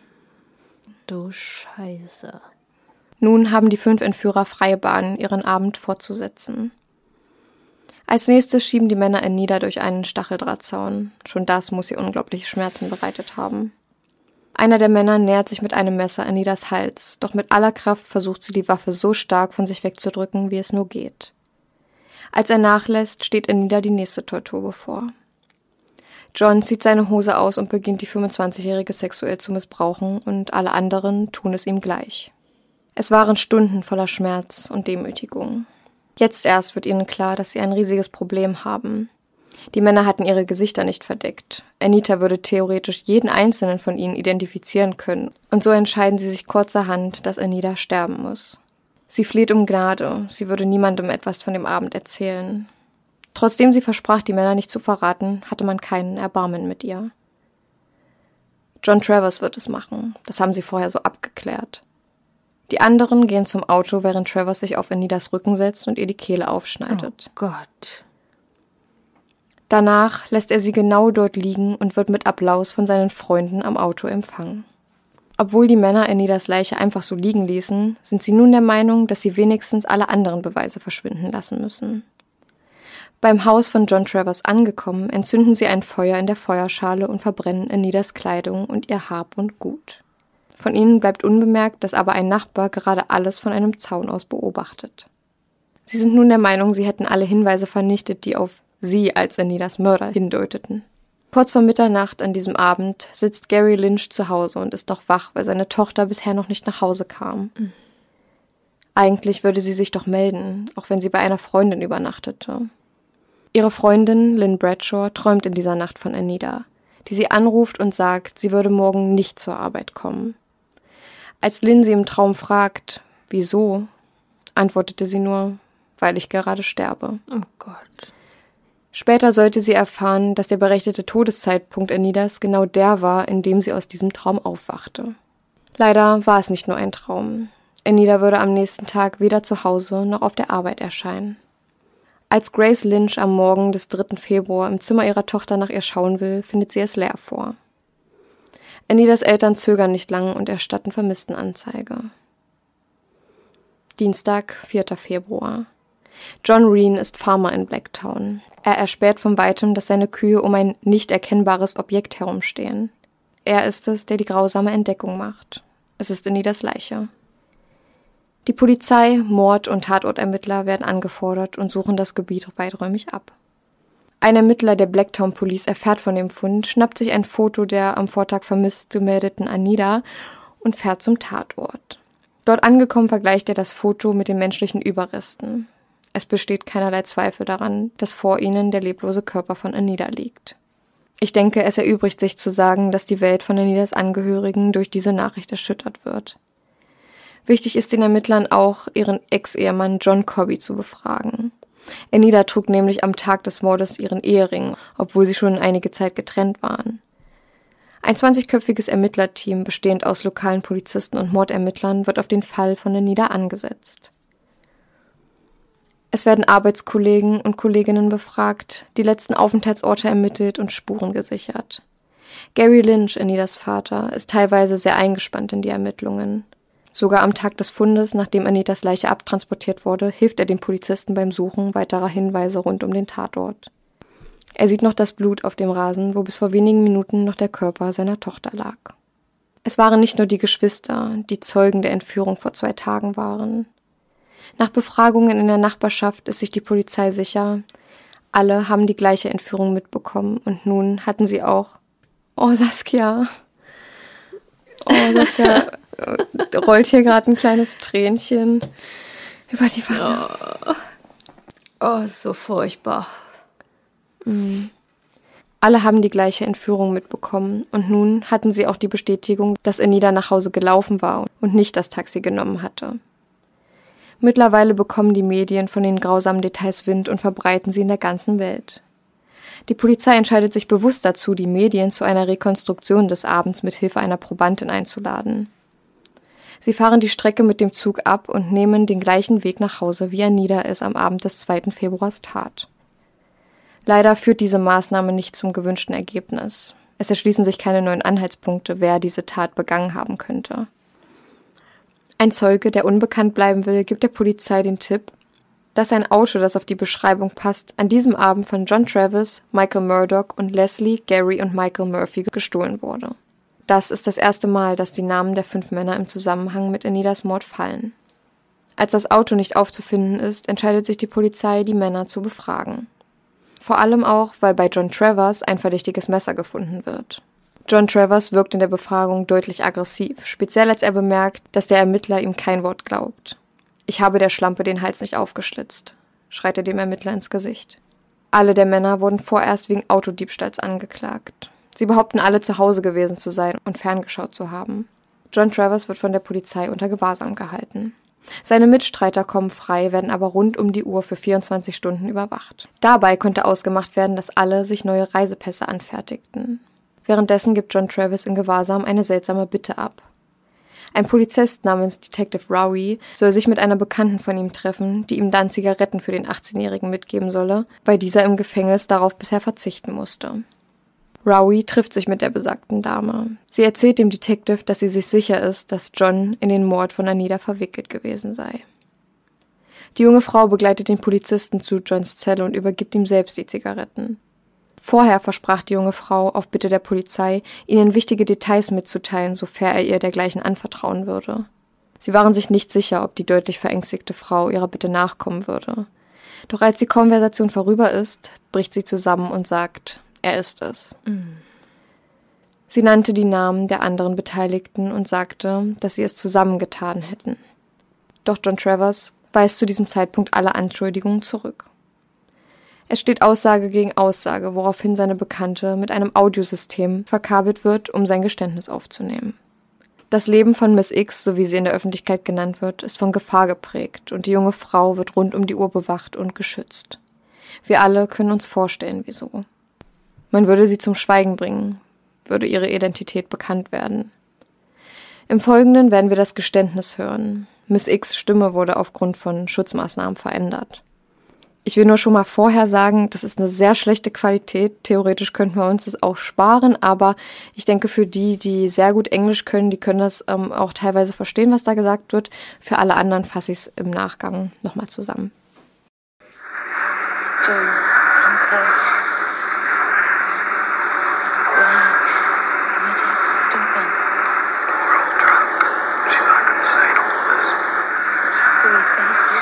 Du Scheiße. Nun haben die fünf Entführer freie Bahn, ihren Abend fortzusetzen. Als nächstes schieben die Männer Anita durch einen Stacheldrahtzaun. Schon das muss ihr unglaubliche Schmerzen bereitet haben. Einer der Männer nähert sich mit einem Messer Anitas Hals, doch mit aller Kraft versucht sie die Waffe so stark von sich wegzudrücken, wie es nur geht. Als er nachlässt, steht Anita die nächste Tortur bevor. John zieht seine Hose aus und beginnt die fünfundzwanzigjährige sexuell zu missbrauchen und alle anderen tun es ihm gleich. Es waren Stunden voller Schmerz und Demütigung. Jetzt erst wird ihnen klar, dass sie ein riesiges Problem haben. Die Männer hatten ihre Gesichter nicht verdeckt. Anita würde theoretisch jeden einzelnen von ihnen identifizieren können. Und so entscheiden sie sich kurzerhand, dass Anita sterben muss. Sie fleht um Gnade. Sie würde niemandem etwas von dem Abend erzählen. Trotzdem sie versprach, die Männer nicht zu verraten, hatte man keinen Erbarmen mit ihr. John Travers wird es machen. Das haben sie vorher so abgeklärt. Die anderen gehen zum Auto, während Travers sich auf Anitas Rücken setzt und ihr die Kehle aufschneidet. Oh Gott. Danach lässt er sie genau dort liegen und wird mit Applaus von seinen Freunden am Auto empfangen. Obwohl die Männer Anitas Leiche einfach so liegen ließen, sind sie nun der Meinung, dass sie wenigstens alle anderen Beweise verschwinden lassen müssen. Beim Haus von John Travers angekommen, entzünden sie ein Feuer in der Feuerschale und verbrennen Anitas Kleidung und ihr Hab und Gut. Von ihnen bleibt unbemerkt, dass aber ein Nachbar gerade alles von einem Zaun aus beobachtet. Sie sind nun der Meinung, sie hätten alle Hinweise vernichtet, die auf sie als Anitas Mörder hindeuteten. Kurz vor Mitternacht an diesem Abend sitzt Gary Lynch zu Hause und ist doch wach, weil seine Tochter bisher noch nicht nach Hause kam. Mhm. Eigentlich würde sie sich doch melden, auch wenn sie bei einer Freundin übernachtete. Ihre Freundin, Lynn Bradshaw, träumt in dieser Nacht von Anita, die sie anruft und sagt, sie würde morgen nicht zur Arbeit kommen. Als Lynn sie im Traum fragt, wieso, antwortete sie nur, weil ich gerade sterbe. Oh Gott. Später sollte sie erfahren, dass der berechnete Todeszeitpunkt Anitas genau der war, in dem sie aus diesem Traum aufwachte. Leider war es nicht nur ein Traum. Anita würde am nächsten Tag weder zu Hause noch auf der Arbeit erscheinen. Als Grace Lynch am Morgen des dritten Februar im Zimmer ihrer Tochter nach ihr schauen will, findet sie es leer vor. Anitas Eltern zögern nicht lang und erstatten Vermisstenanzeige. Dienstag, vierter Februar. John Reen ist Farmer in Blacktown. Er erspäht von Weitem, dass seine Kühe um ein nicht erkennbares Objekt herumstehen. Er ist es, der die grausame Entdeckung macht. Es ist Anitas Leiche. Die Polizei, Mord- und Tatortermittler werden angefordert und suchen das Gebiet weiträumig ab. Ein Ermittler der Blacktown Police erfährt von dem Fund, schnappt sich ein Foto der am Vortag vermisst gemeldeten Anita und fährt zum Tatort. Dort angekommen vergleicht er das Foto mit den menschlichen Überresten. Es besteht keinerlei Zweifel daran, dass vor ihnen der leblose Körper von Anita liegt. Ich denke, es erübrigt sich zu sagen, dass die Welt von Anitas Angehörigen durch diese Nachricht erschüttert wird. Wichtig ist den Ermittlern auch, ihren Ex-Ehemann John Corby zu befragen. Anita trug nämlich am Tag des Mordes ihren Ehering, obwohl sie schon einige Zeit getrennt waren. Ein zwanzigköpfiges Ermittlerteam, bestehend aus lokalen Polizisten und Mordermittlern, wird auf den Fall von Anita angesetzt. Es werden Arbeitskollegen und Kolleginnen befragt, die letzten Aufenthaltsorte ermittelt und Spuren gesichert. Gary Lynch, Anitas Vater, ist teilweise sehr eingespannt in die Ermittlungen. Sogar am Tag des Fundes, nachdem Anitas Leiche abtransportiert wurde, hilft er den Polizisten beim Suchen weiterer Hinweise rund um den Tatort. Er sieht noch das Blut auf dem Rasen, wo bis vor wenigen Minuten noch der Körper seiner Tochter lag. Es waren nicht nur die Geschwister, die Zeugen der Entführung vor zwei Tagen waren. Nach Befragungen in der Nachbarschaft ist sich die Polizei sicher, alle haben die gleiche Entführung mitbekommen und nun hatten sie auch... Oh, Saskia. Oh, Saskia rollt hier gerade ein kleines Tränchen über die Wange. Oh, oh ist so furchtbar. Mhm. Alle haben die gleiche Entführung mitbekommen und nun hatten sie auch die Bestätigung, dass Anita nach Hause gelaufen war und nicht das Taxi genommen hatte. Mittlerweile bekommen die Medien von den grausamen Details Wind und verbreiten sie in der ganzen Welt. Die Polizei entscheidet sich bewusst dazu, die Medien zu einer Rekonstruktion des Abends mit Hilfe einer Probandin einzuladen. Sie fahren die Strecke mit dem Zug ab und nehmen den gleichen Weg nach Hause, wie Anita es am Abend des zweiten Februars tat. Leider führt diese Maßnahme nicht zum gewünschten Ergebnis. Es erschließen sich keine neuen Anhaltspunkte, wer diese Tat begangen haben könnte. Ein Zeuge, der unbekannt bleiben will, gibt der Polizei den Tipp, dass ein Auto, das auf die Beschreibung passt, an diesem Abend von John Travis, Michael Murdoch und Leslie, Gary und Michael Murphy gestohlen wurde. Das ist das erste Mal, dass die Namen der fünf Männer im Zusammenhang mit Anitas Mord fallen. Als das Auto nicht aufzufinden ist, entscheidet sich die Polizei, die Männer zu befragen. Vor allem auch, weil bei John Travers ein verdächtiges Messer gefunden wird. John Travers wirkt in der Befragung deutlich aggressiv, speziell als er bemerkt, dass der Ermittler ihm kein Wort glaubt. »Ich habe der Schlampe den Hals nicht aufgeschlitzt«, schreit er dem Ermittler ins Gesicht. Alle der Männer wurden vorerst wegen Autodiebstahls angeklagt. Sie behaupten alle zu Hause gewesen zu sein und ferngeschaut zu haben. John Travers wird von der Polizei unter Gewahrsam gehalten. Seine Mitstreiter kommen frei, werden aber rund um die Uhr für vierundzwanzig Stunden überwacht. Dabei konnte ausgemacht werden, dass alle sich neue Reisepässe anfertigten. Währenddessen gibt John Travis in Gewahrsam eine seltsame Bitte ab. Ein Polizist namens Detective Rowie soll sich mit einer Bekannten von ihm treffen, die ihm dann Zigaretten für den achtzehnjährigen mitgeben solle, weil dieser im Gefängnis darauf bisher verzichten musste. Rowie trifft sich mit der besagten Dame. Sie erzählt dem Detective, dass sie sich sicher ist, dass John in den Mord von Anita verwickelt gewesen sei. Die junge Frau begleitet den Polizisten zu Johns Zelle und übergibt ihm selbst die Zigaretten. Vorher versprach die junge Frau, auf Bitte der Polizei, ihnen wichtige Details mitzuteilen, sofern er ihr dergleichen anvertrauen würde. Sie waren sich nicht sicher, ob die deutlich verängstigte Frau ihrer Bitte nachkommen würde. Doch als die Konversation vorüber ist, bricht sie zusammen und sagt, er ist es. Mhm. Sie nannte die Namen der anderen Beteiligten und sagte, dass sie es zusammengetan hätten. Doch John Travers weist zu diesem Zeitpunkt alle Anschuldigungen zurück. Es steht Aussage gegen Aussage, woraufhin seine Bekannte mit einem Audiosystem verkabelt wird, um sein Geständnis aufzunehmen. Das Leben von Miss X, so wie sie in der Öffentlichkeit genannt wird, ist von Gefahr geprägt und die junge Frau wird rund um die Uhr bewacht und geschützt. Wir alle können uns vorstellen, wieso. Man würde sie zum Schweigen bringen, würde ihre Identität bekannt werden. Im Folgenden werden wir das Geständnis hören. Miss X' Stimme wurde aufgrund von Schutzmaßnahmen verändert. Ich will nur schon mal vorher sagen, das ist eine sehr schlechte Qualität. Theoretisch könnten wir uns das auch sparen, aber ich denke, für die, die sehr gut Englisch können, die können das ähm, auch teilweise verstehen, was da gesagt wird. Für alle anderen fasse ich es im Nachgang nochmal zusammen. Joe, come close. Why? Why'd you have to stop him? She's not going to say all of this. She saw your faces.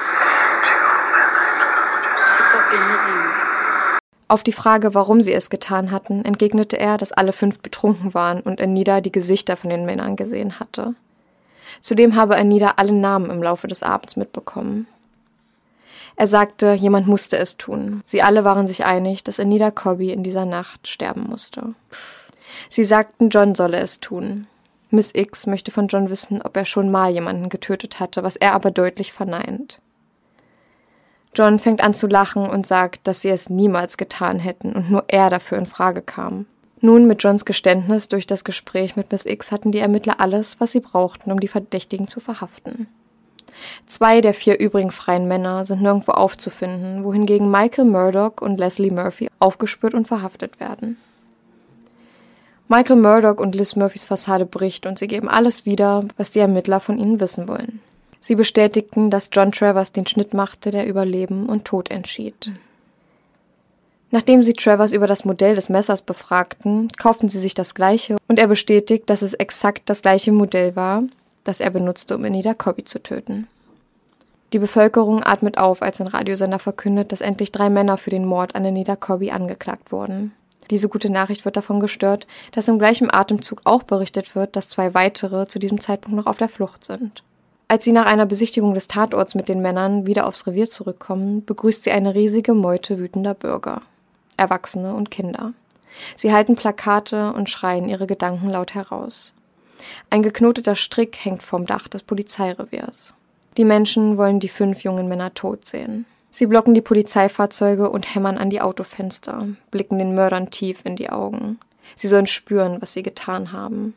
She got your names. Auf die Frage, warum sie es getan hatten, entgegnete er, dass alle fünf betrunken waren und Anita die Gesichter von den Männern gesehen hatte. Zudem habe Anita alle Namen im Laufe des Abends mitbekommen. Er sagte, jemand musste es tun. Sie alle waren sich einig, dass Anita Cobby in dieser Nacht sterben musste. Sie sagten, John solle es tun. Miss X möchte von John wissen, ob er schon mal jemanden getötet hatte, was er aber deutlich verneint. John fängt an zu lachen und sagt, dass sie es niemals getan hätten und nur er dafür in Frage kam. Nun, mit Johns Geständnis durch das Gespräch mit Miss X hatten die Ermittler alles, was sie brauchten, um die Verdächtigen zu verhaften. Zwei der vier übrigen freien Männer sind nirgendwo aufzufinden, wohingegen Michael Murdoch und Leslie Murphy aufgespürt und verhaftet werden. Michael Murdoch und Liz Murphys Fassade bricht und sie geben alles wieder, was die Ermittler von ihnen wissen wollen. Sie bestätigten, dass John Travers den Schnitt machte, der über Leben und Tod entschied. Nachdem sie Travers über das Modell des Messers befragten, kauften sie sich das gleiche und er bestätigt, dass es exakt das gleiche Modell war, das er benutzte, um Anita Cobby zu töten. Die Bevölkerung atmet auf, als ein Radiosender verkündet, dass endlich drei Männer für den Mord an Anita Cobby angeklagt wurden. Diese gute Nachricht wird davon gestört, dass im gleichen Atemzug auch berichtet wird, dass zwei weitere zu diesem Zeitpunkt noch auf der Flucht sind. Als sie nach einer Besichtigung des Tatorts mit den Männern wieder aufs Revier zurückkommen, begrüßt sie eine riesige Meute wütender Bürger, Erwachsene und Kinder. Sie halten Plakate und schreien ihre Gedanken laut heraus. Ein geknoteter Strick hängt vom Dach des Polizeireviers. Die Menschen wollen die fünf jungen Männer tot sehen. Sie blocken die Polizeifahrzeuge und hämmern an die Autofenster, blicken den Mördern tief in die Augen. Sie sollen spüren, was sie getan haben.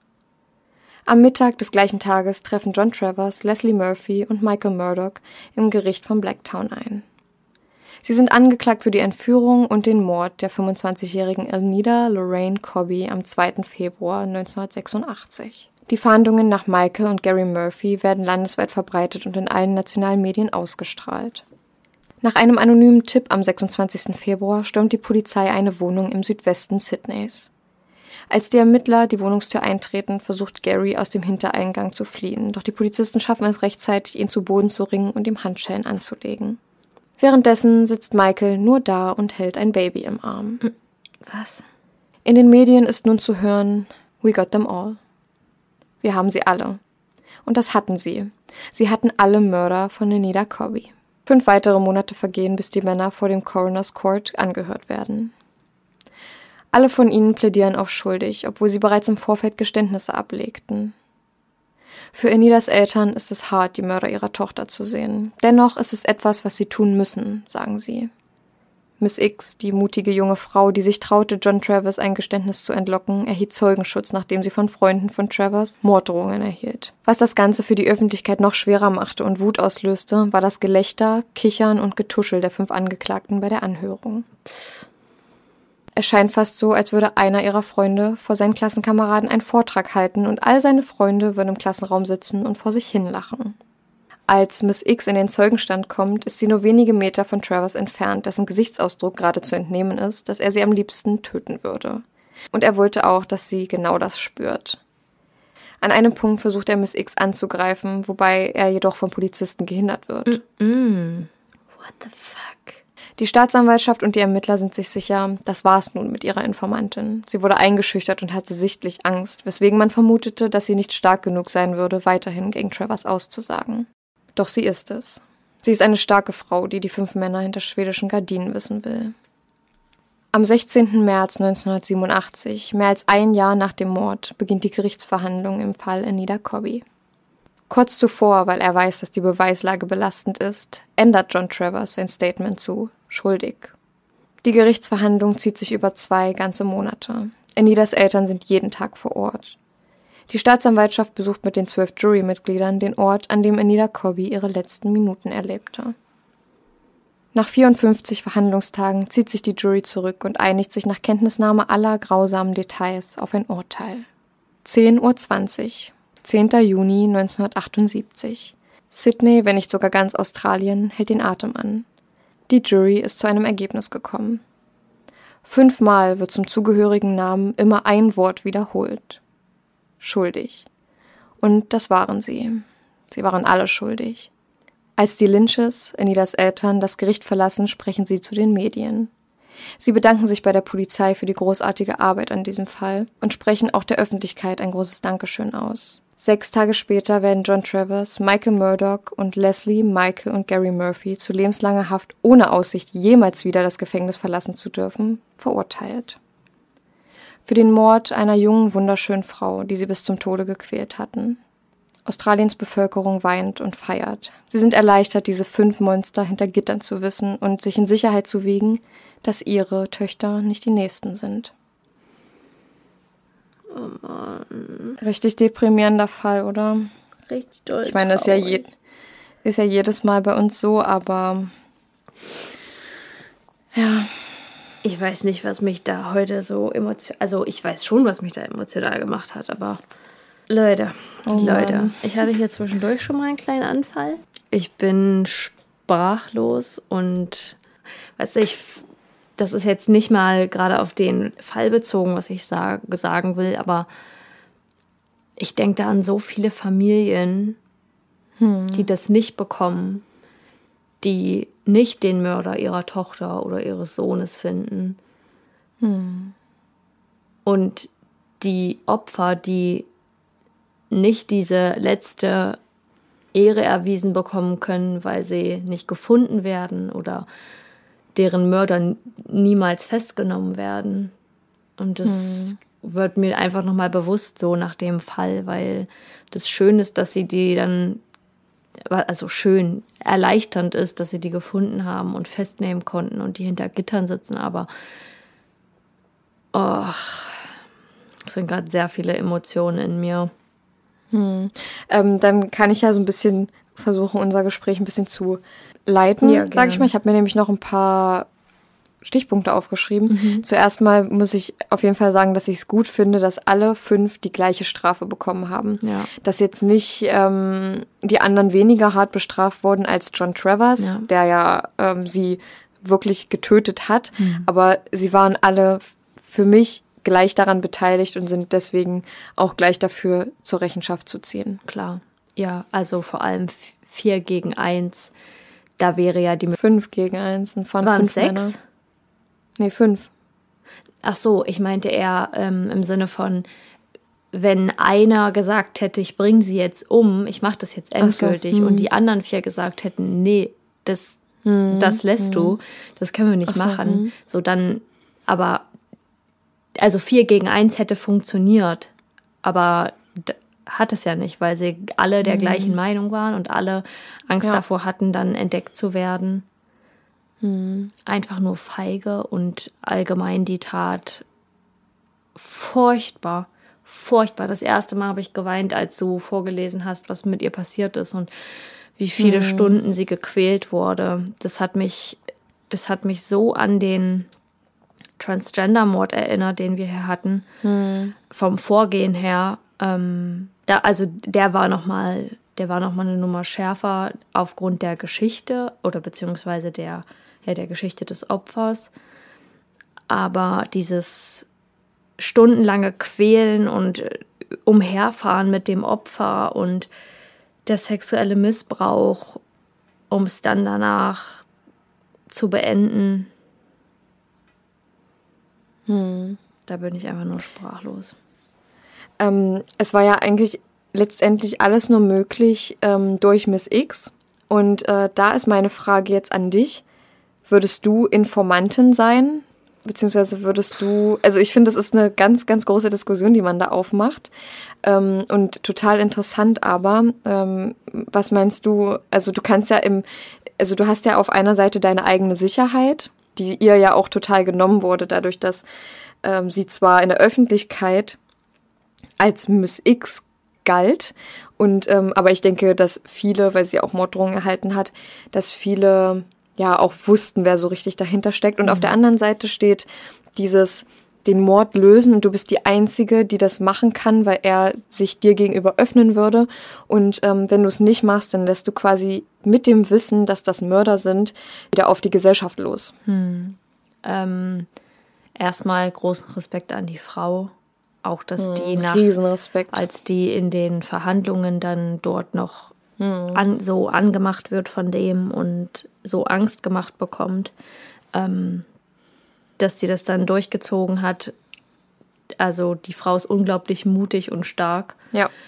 Am Mittag des gleichen Tages treffen John Travers, Leslie Murphy und Michael Murdoch im Gericht von Blacktown ein. Sie sind angeklagt für die Entführung und den Mord der fünfundzwanzigjährigen Anita Lorraine Cobby am zweiten Februar neunzehnhundertsechsundachtzig. Die Fahndungen nach Michael und Gary Murphy werden landesweit verbreitet und in allen nationalen Medien ausgestrahlt. Nach einem anonymen Tipp am sechsundzwanzigsten Februar stürmt die Polizei eine Wohnung im Südwesten Sydneys. Als die Ermittler die Wohnungstür eintreten, versucht Gary aus dem Hintereingang zu fliehen, doch die Polizisten schaffen es rechtzeitig, ihn zu Boden zu ringen und ihm Handschellen anzulegen. Währenddessen sitzt Michael nur da und hält ein Baby im Arm. Was? In den Medien ist nun zu hören, "We got them all." Wir haben sie alle. Und das hatten sie. Sie hatten alle Mörder von Anita Cobby. Fünf weitere Monate vergehen, bis die Männer vor dem Coroner's Court angehört werden. Alle von ihnen plädieren auf schuldig, obwohl sie bereits im Vorfeld Geständnisse ablegten. Für Anitas Eltern ist es hart, die Mörder ihrer Tochter zu sehen. Dennoch ist es etwas, was sie tun müssen, sagen sie. Miss X, die mutige junge Frau, die sich traute, John Travers ein Geständnis zu entlocken, erhielt Zeugenschutz, nachdem sie von Freunden von Travers Morddrohungen erhielt. Was das Ganze für die Öffentlichkeit noch schwerer machte und Wut auslöste, war das Gelächter, Kichern und Getuschel der fünf Angeklagten bei der Anhörung. Es scheint fast so, als würde einer ihrer Freunde vor seinen Klassenkameraden einen Vortrag halten und all seine Freunde würden im Klassenraum sitzen und vor sich hin lachen. Als Miss X in den Zeugenstand kommt, ist sie nur wenige Meter von Travers entfernt, dessen Gesichtsausdruck gerade zu entnehmen ist, dass er sie am liebsten töten würde. Und er wollte auch, dass sie genau das spürt. An einem Punkt versucht er Miss X anzugreifen, wobei er jedoch vom Polizisten gehindert wird. Mm-mm. What the fuck? Die Staatsanwaltschaft und die Ermittler sind sich sicher, das war's nun mit ihrer Informantin. Sie wurde eingeschüchtert und hatte sichtlich Angst, weswegen man vermutete, dass sie nicht stark genug sein würde, weiterhin gegen Travers auszusagen. Doch sie ist es. Sie ist eine starke Frau, die die fünf Männer hinter schwedischen Gardinen wissen will. Am sechzehnten März neunzehnhundertsiebenundachtzig, mehr als ein Jahr nach dem Mord, beginnt die Gerichtsverhandlung im Fall Anita Cobby. Kurz zuvor, weil er weiß, dass die Beweislage belastend ist, ändert John Travers sein Statement zu schuldig. Die Gerichtsverhandlung zieht sich über zwei ganze Monate. Anitas Eltern sind jeden Tag vor Ort. Die Staatsanwaltschaft besucht mit den zwölf Jurymitgliedern den Ort, an dem Anita Cobby ihre letzten Minuten erlebte. Nach vierundfünfzig Verhandlungstagen zieht sich die Jury zurück und einigt sich nach Kenntnisnahme aller grausamen Details auf ein Urteil. zehn Uhr zwanzig, zehnter Juni neunzehnhundertachtundsiebzig. Sydney, wenn nicht sogar ganz Australien, hält den Atem an. Die Jury ist zu einem Ergebnis gekommen. Fünfmal wird zum zugehörigen Namen immer ein Wort wiederholt. Schuldig. Und das waren sie. Sie waren alle schuldig. Als die Lynches, Anitas Eltern, das Gericht verlassen, sprechen sie zu den Medien. Sie bedanken sich bei der Polizei für die großartige Arbeit an diesem Fall und sprechen auch der Öffentlichkeit ein großes Dankeschön aus. Sechs Tage später werden John Travers, Michael Murdoch und Leslie, Michael und Gary Murphy zu lebenslanger Haft ohne Aussicht, jemals wieder das Gefängnis verlassen zu dürfen, verurteilt. Für den Mord einer jungen, wunderschönen Frau, die sie bis zum Tode gequält hatten. Australiens Bevölkerung weint und feiert. Sie sind erleichtert, diese fünf Monster hinter Gittern zu wissen und sich in Sicherheit zu wiegen, dass ihre Töchter nicht die nächsten sind. Oh Mann. Richtig deprimierender Fall, oder? Richtig doll. Ich meine, das ist ja, je, ist ja jedes Mal bei uns so, aber ja. Ich weiß nicht, was mich da heute so emotional... Also ich weiß schon, was mich da emotional gemacht hat, aber Leute, Oh Leute, Mann. ich hatte hier zwischendurch schon mal einen kleinen Anfall. Ich bin sprachlos und, weißt du, ich, das ist jetzt nicht mal gerade auf den Fall bezogen, was ich sag, sagen will, aber ich denke da an so viele Familien, Hm. die das nicht bekommen, die nicht den Mörder ihrer Tochter oder ihres Sohnes finden. Hm. Und die Opfer, die nicht diese letzte Ehre erwiesen bekommen können, weil sie nicht gefunden werden oder deren Mörder n- niemals festgenommen werden. Und das Hm. wird mir einfach nochmal bewusst so nach dem Fall, weil das schön ist, dass sie die dann, also schön, erleichternd ist, dass sie die gefunden haben und festnehmen konnten und die hinter Gittern sitzen, aber oh, es sind gerade sehr viele Emotionen in mir. Hm. Ähm, dann kann ich ja so ein bisschen versuchen, unser Gespräch ein bisschen zu leiten, Ja, sag ich gerne. mal. Ich habe mir nämlich noch ein paar Stichpunkte aufgeschrieben. Zuerst mal muss ich auf jeden Fall sagen, dass ich es gut finde, dass alle fünf die gleiche Strafe bekommen haben. Ja. Dass jetzt nicht ähm, die anderen weniger hart bestraft wurden als John Travers, Ja. der ja ähm, sie wirklich getötet hat. Aber sie waren alle f- für mich gleich daran beteiligt und sind deswegen auch gleich dafür zur Rechenschaft zu ziehen. Klar. Ja, also vor allem f- vier gegen eins. Da wäre ja die... Fünf gegen eins und von Waren fünf es sechs? Männer. Nee, fünf. Ach so, ich meinte eher ähm, im Sinne von, wenn einer gesagt hätte, ich bringe sie jetzt um, ich mache das jetzt Ach so, endgültig, hm. und die anderen vier gesagt hätten, nee, das, das lässt du, das können wir nicht Ach so, machen. hm. So dann, aber, also vier gegen eins hätte funktioniert, aber d- hat es ja nicht, weil sie alle der gleichen Meinung waren und alle Angst Ja. davor hatten, dann entdeckt zu werden. Einfach nur feige und allgemein die Tat furchtbar, furchtbar. Das erste Mal habe ich geweint, als du vorgelesen hast, was mit ihr passiert ist und wie viele Stunden sie gequält wurde. Das hat mich, das hat mich so an den Transgender-Mord erinnert, den wir hier hatten. Vom Vorgehen her. Ähm, da, also der war noch mal, der war noch mal eine Nummer schärfer aufgrund der Geschichte oder beziehungsweise der ja, der Geschichte des Opfers. Aber dieses stundenlange Quälen und äh, Umherfahren mit dem Opfer und der sexuelle Missbrauch, um es dann danach zu beenden, da bin ich einfach nur sprachlos. Ähm, es war ja eigentlich letztendlich alles nur möglich ähm, durch Miss X. Und äh, da ist meine Frage jetzt an dich. Würdest du Informantin sein? Beziehungsweise würdest du, also ich finde, das ist eine ganz, ganz große Diskussion, die man da aufmacht. Ähm, und total interessant aber, ähm, was meinst du, also du kannst ja im, also du hast ja auf einer Seite deine eigene Sicherheit, die ihr ja auch total genommen wurde, dadurch, dass ähm, sie zwar in der Öffentlichkeit als Miss X galt, und ähm, aber ich denke, dass viele, weil sie auch Morddrohungen erhalten hat, dass viele ja auch wussten, wer so richtig dahinter steckt. Und auf der anderen Seite steht dieses, den Mord lösen, und du bist die Einzige, die das machen kann, weil er sich dir gegenüber öffnen würde. Und ähm, wenn du es nicht machst, dann lässt du quasi mit dem Wissen, dass das Mörder sind, wieder auf die Gesellschaft los. Ähm, erstmal großen Respekt an die Frau. Auch, dass die nach, Riesenrespekt. als die in den Verhandlungen dann dort noch an, so angemacht wird von dem und so Angst gemacht bekommt, ähm, dass sie das dann durchgezogen hat. Also die Frau ist unglaublich mutig und stark. Ja.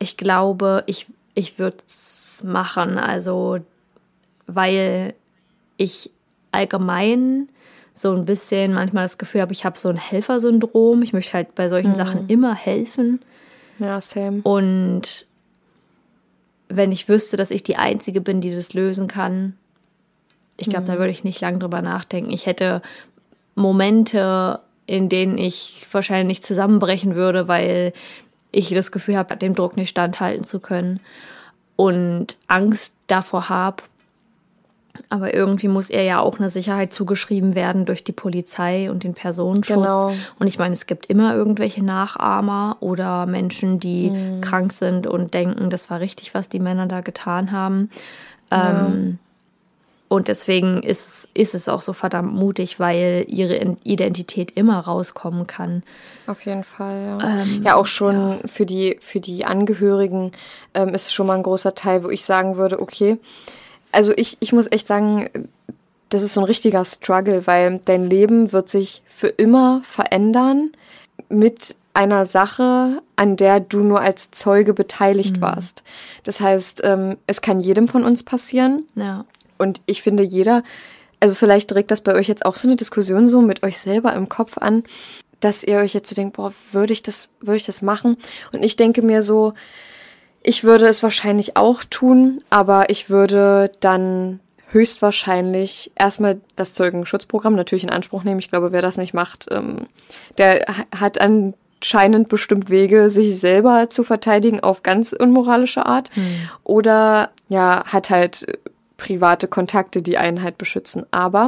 ich glaube, ich, ich würde es machen, also weil ich allgemein so ein bisschen manchmal das Gefühl habe, ich habe so ein Helfersyndrom. Ich möchte halt bei solchen mhm. Sachen immer helfen. Ja, same. Und wenn ich wüsste, dass ich die Einzige bin, die das lösen kann, ich glaube, mhm. da würde ich nicht lange drüber nachdenken. Ich hätte Momente, in denen ich wahrscheinlich zusammenbrechen würde, weil ich das Gefühl habe, dem Druck nicht standhalten zu können und Angst davor habe. Aber irgendwie muss ihr ja auch eine Sicherheit zugeschrieben werden durch die Polizei und den Personenschutz. Genau. Und ich meine, es gibt immer irgendwelche Nachahmer oder Menschen, die mhm. krank sind und denken, das war richtig, was die Männer da getan haben. Ja. Ähm, und deswegen ist, ist es auch so verdammt mutig, weil ihre Identität immer rauskommen kann. Auf jeden Fall, ja. Ähm, ja, auch schon ja. für die, für die Angehörigen ähm, ist es schon mal ein großer Teil, wo ich sagen würde, okay, also ich, ich muss echt sagen, das ist so ein richtiger Struggle, weil dein Leben wird sich für immer verändern mit einer Sache, an der du nur als Zeuge beteiligt mhm. warst. Das heißt, ähm, es kann jedem von uns passieren. Ja. Und ich finde, jeder, also vielleicht regt das bei euch jetzt auch so eine Diskussion so mit euch selber im Kopf an, dass ihr euch jetzt so denkt, boah, würde ich das, würde ich das machen? Und ich denke mir so, ich würde es wahrscheinlich auch tun, aber ich würde dann höchstwahrscheinlich erstmal das Zeugenschutzprogramm natürlich in Anspruch nehmen. Ich glaube, wer das nicht macht, ähm, der hat anscheinend bestimmt Wege, sich selber zu verteidigen auf ganz unmoralische Art. Hm. Oder ja, hat halt private Kontakte, die einen halt beschützen. Aber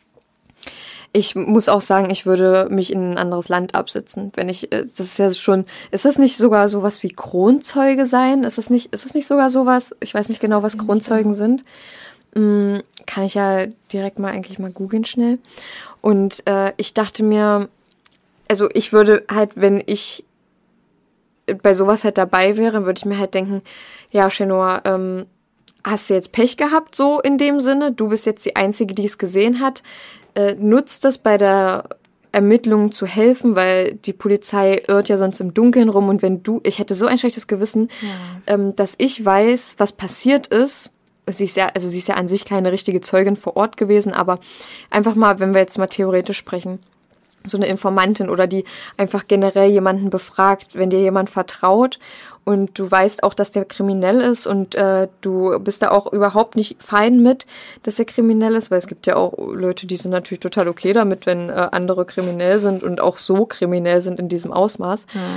ich muss auch sagen, ich würde mich in ein anderes Land absetzen, wenn ich, das ist ja schon, ist das nicht sogar sowas wie Kronzeuge sein? Ist das nicht, ist das nicht sogar sowas? Ich weiß nicht genau, was Kronzeugen sind. Hm, kann ich ja direkt mal eigentlich mal googeln schnell. Und äh, ich dachte mir, also ich würde halt, wenn ich bei sowas halt dabei wäre, würde ich mir halt denken, ja, Chenor, ähm, hast du jetzt Pech gehabt, so in dem Sinne? Du bist jetzt die Einzige, die es gesehen hat. Äh, nutzt das bei der Ermittlung zu helfen, weil die Polizei irrt ja sonst im Dunkeln rum. Und wenn du, ich hätte so ein schlechtes Gewissen, ja. ähm, dass ich weiß, was passiert ist. Sie ist ja, also sie ist ja an sich keine richtige Zeugin vor Ort gewesen, aber einfach mal, wenn wir jetzt mal theoretisch sprechen, so eine Informantin oder die einfach generell jemanden befragt, wenn dir jemand vertraut und du weißt auch, dass der kriminell ist und äh, du bist da auch überhaupt nicht fein mit, dass er kriminell ist, weil es gibt ja auch Leute, die sind natürlich total okay damit, wenn äh, andere kriminell sind und auch so kriminell sind in diesem Ausmaß. Ja.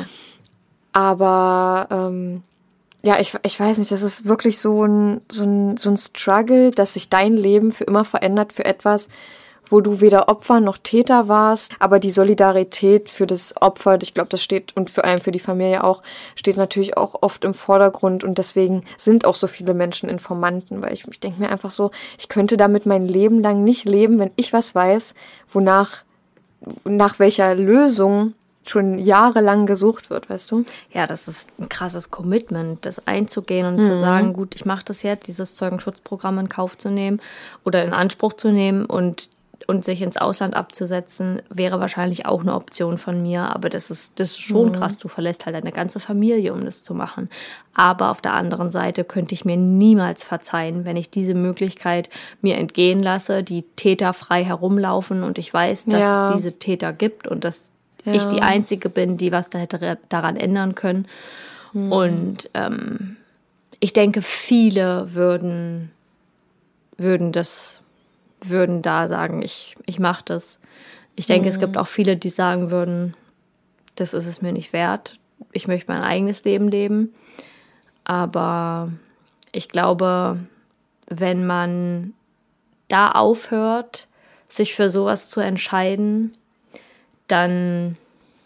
Aber ähm, ja, ich, ich weiß nicht, das ist wirklich so ein, so ein, so ein Struggle, dass sich dein Leben für immer verändert für etwas, wo du weder Opfer noch Täter warst, aber die Solidarität für das Opfer, ich glaube, das steht, und vor allem für die Familie auch, steht natürlich auch oft im Vordergrund und deswegen sind auch so viele Menschen Informanten, weil ich, ich denke mir einfach so, ich könnte damit mein Leben lang nicht leben, wenn ich was weiß, wonach, nach welcher Lösung schon jahrelang gesucht wird, weißt du? Ja, das ist ein krasses Commitment, das einzugehen und Mhm. zu sagen, gut, ich mache das jetzt, dieses Zeugenschutzprogramm in Kauf zu nehmen oder in Anspruch zu nehmen und und sich ins Ausland abzusetzen, wäre wahrscheinlich auch eine Option von mir. Aber das ist, das ist schon mhm. krass. Du verlässt halt deine ganze Familie, um das zu machen. Aber auf der anderen Seite könnte ich mir niemals verzeihen, wenn ich diese Möglichkeit mir entgehen lasse, die Täter frei herumlaufen und ich weiß, dass ja. es diese Täter gibt und dass ja. ich die Einzige bin, die was da hätte daran ändern können. Mhm. Und ähm, ich denke, viele würden, würden das würden da sagen, ich, ich mache das. Ich denke, mhm. es gibt auch viele, die sagen würden, das ist es mir nicht wert. Ich möchte mein eigenes Leben leben. Aber ich glaube, wenn man da aufhört, sich für sowas zu entscheiden, dann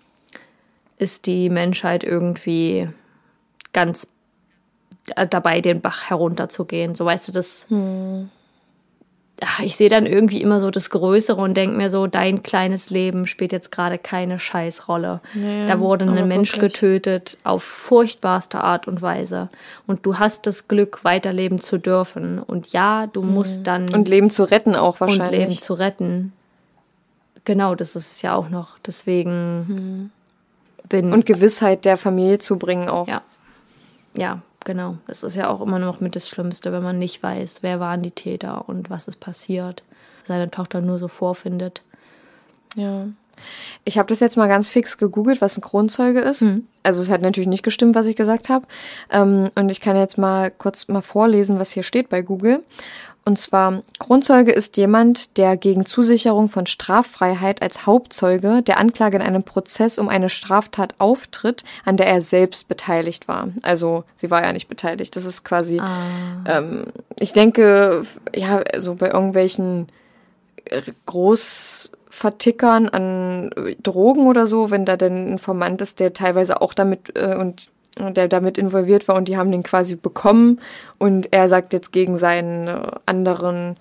ist die Menschheit irgendwie ganz dabei, den Bach herunterzugehen. So, weißt du, das... Mhm. Ich sehe dann irgendwie immer so das Größere und denke mir so, dein kleines Leben spielt jetzt gerade keine Scheißrolle. Ja, da wurde ein Mensch wirklich getötet auf furchtbarste Art und Weise. Und du hast das Glück, weiterleben zu dürfen. Und ja, du mhm. musst dann... Und Leben zu retten auch wahrscheinlich. Und Leben zu retten. Genau, das ist es ja auch noch. Deswegen mhm. bin... Und Gewissheit der Familie zu bringen auch. Ja. ja, genau. Das ist ja auch immer noch mit das Schlimmste, wenn man nicht weiß, wer waren die Täter und was ist passiert. Seine Tochter nur so vorfindet. Ja. Ich habe das jetzt mal ganz fix gegoogelt, was ein Kronzeuge ist. Mhm. Also es hat natürlich nicht gestimmt, was ich gesagt habe. Ähm, und ich kann jetzt mal kurz mal vorlesen, was hier steht bei Google. Und zwar, Kronzeuge ist jemand, der gegen Zusicherung von Straffreiheit als Hauptzeuge der Anklage in einem Prozess um eine Straftat auftritt, an der er selbst beteiligt war. Also sie war ja nicht beteiligt. Das ist quasi, ah. ähm, ich denke, ja, also bei irgendwelchen Großvertickern an Drogen oder so, wenn da dann ein Informant ist, der teilweise auch damit äh, und der damit involviert war und die haben den quasi bekommen und er sagt jetzt gegen seinen anderen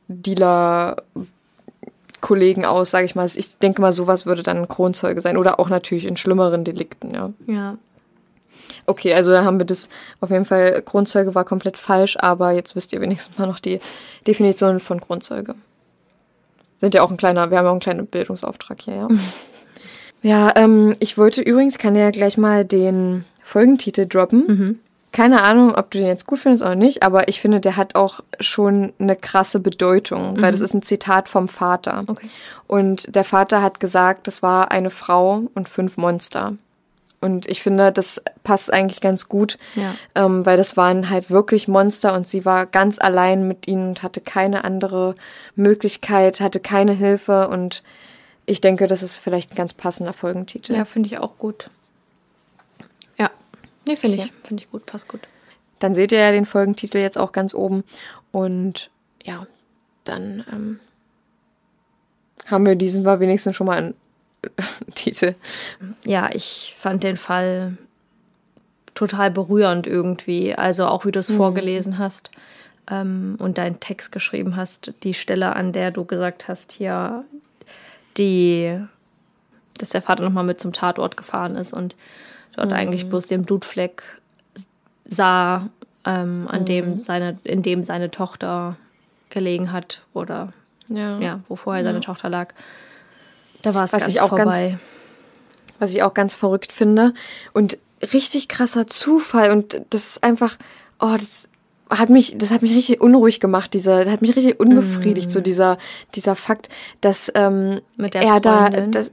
Dealer-Kollegen aus, sage ich mal. Ich denke mal, sowas würde dann ein Kronzeuge sein oder auch natürlich in schlimmeren Delikten, ja. Ja. Okay, also da haben wir das auf jeden Fall, Kronzeuge war komplett falsch, aber jetzt wisst ihr wenigstens mal noch die Definition von Kronzeuge. Sind ja auch ein kleiner, wir haben ja auch einen kleinen Bildungsauftrag hier, ja. Ja, ähm, ich wollte übrigens, kann ja gleich mal den Folgentitel droppen. Mhm. Keine Ahnung, ob du den jetzt gut findest oder nicht, aber ich finde, der hat auch schon eine krasse Bedeutung, mhm. weil das ist ein Zitat vom Vater. Okay. Und der Vater hat gesagt, das war eine Frau und fünf Monster. Und ich finde, das passt eigentlich ganz gut, ja. ähm, weil das waren halt wirklich Monster und sie war ganz allein mit ihnen und hatte keine andere Möglichkeit, hatte keine Hilfe und ich denke, das ist vielleicht ein ganz passender Folgentitel. Ja, finde ich auch gut. Ja, nee, finde okay. ich, finde ich gut, passt gut. Dann seht ihr ja den Folgentitel jetzt auch ganz oben. Und ja, dann ähm, haben wir diesen war wenigstens schon mal einen Titel. Ja, ich fand den Fall total berührend irgendwie. Also auch wie du es mhm. vorgelesen hast ähm, und deinen Text geschrieben hast, die Stelle, an der du gesagt hast, hier die, dass der Vater nochmal mit zum Tatort gefahren ist und dort mhm. eigentlich bloß den Blutfleck sah, ähm, an mhm. dem seine, in dem seine Tochter gelegen hat oder ja, ja wo vorher ja. seine Tochter lag. Da war es was ganz ich auch vorbei. Ganz, was ich auch ganz verrückt finde und richtig krasser Zufall und das ist einfach, oh, das hat mich, das hat mich richtig unruhig gemacht, dieser, das hat mich richtig unbefriedigt, mm. so dieser, dieser Fakt, dass ähm, mit der er Freundin? da, das,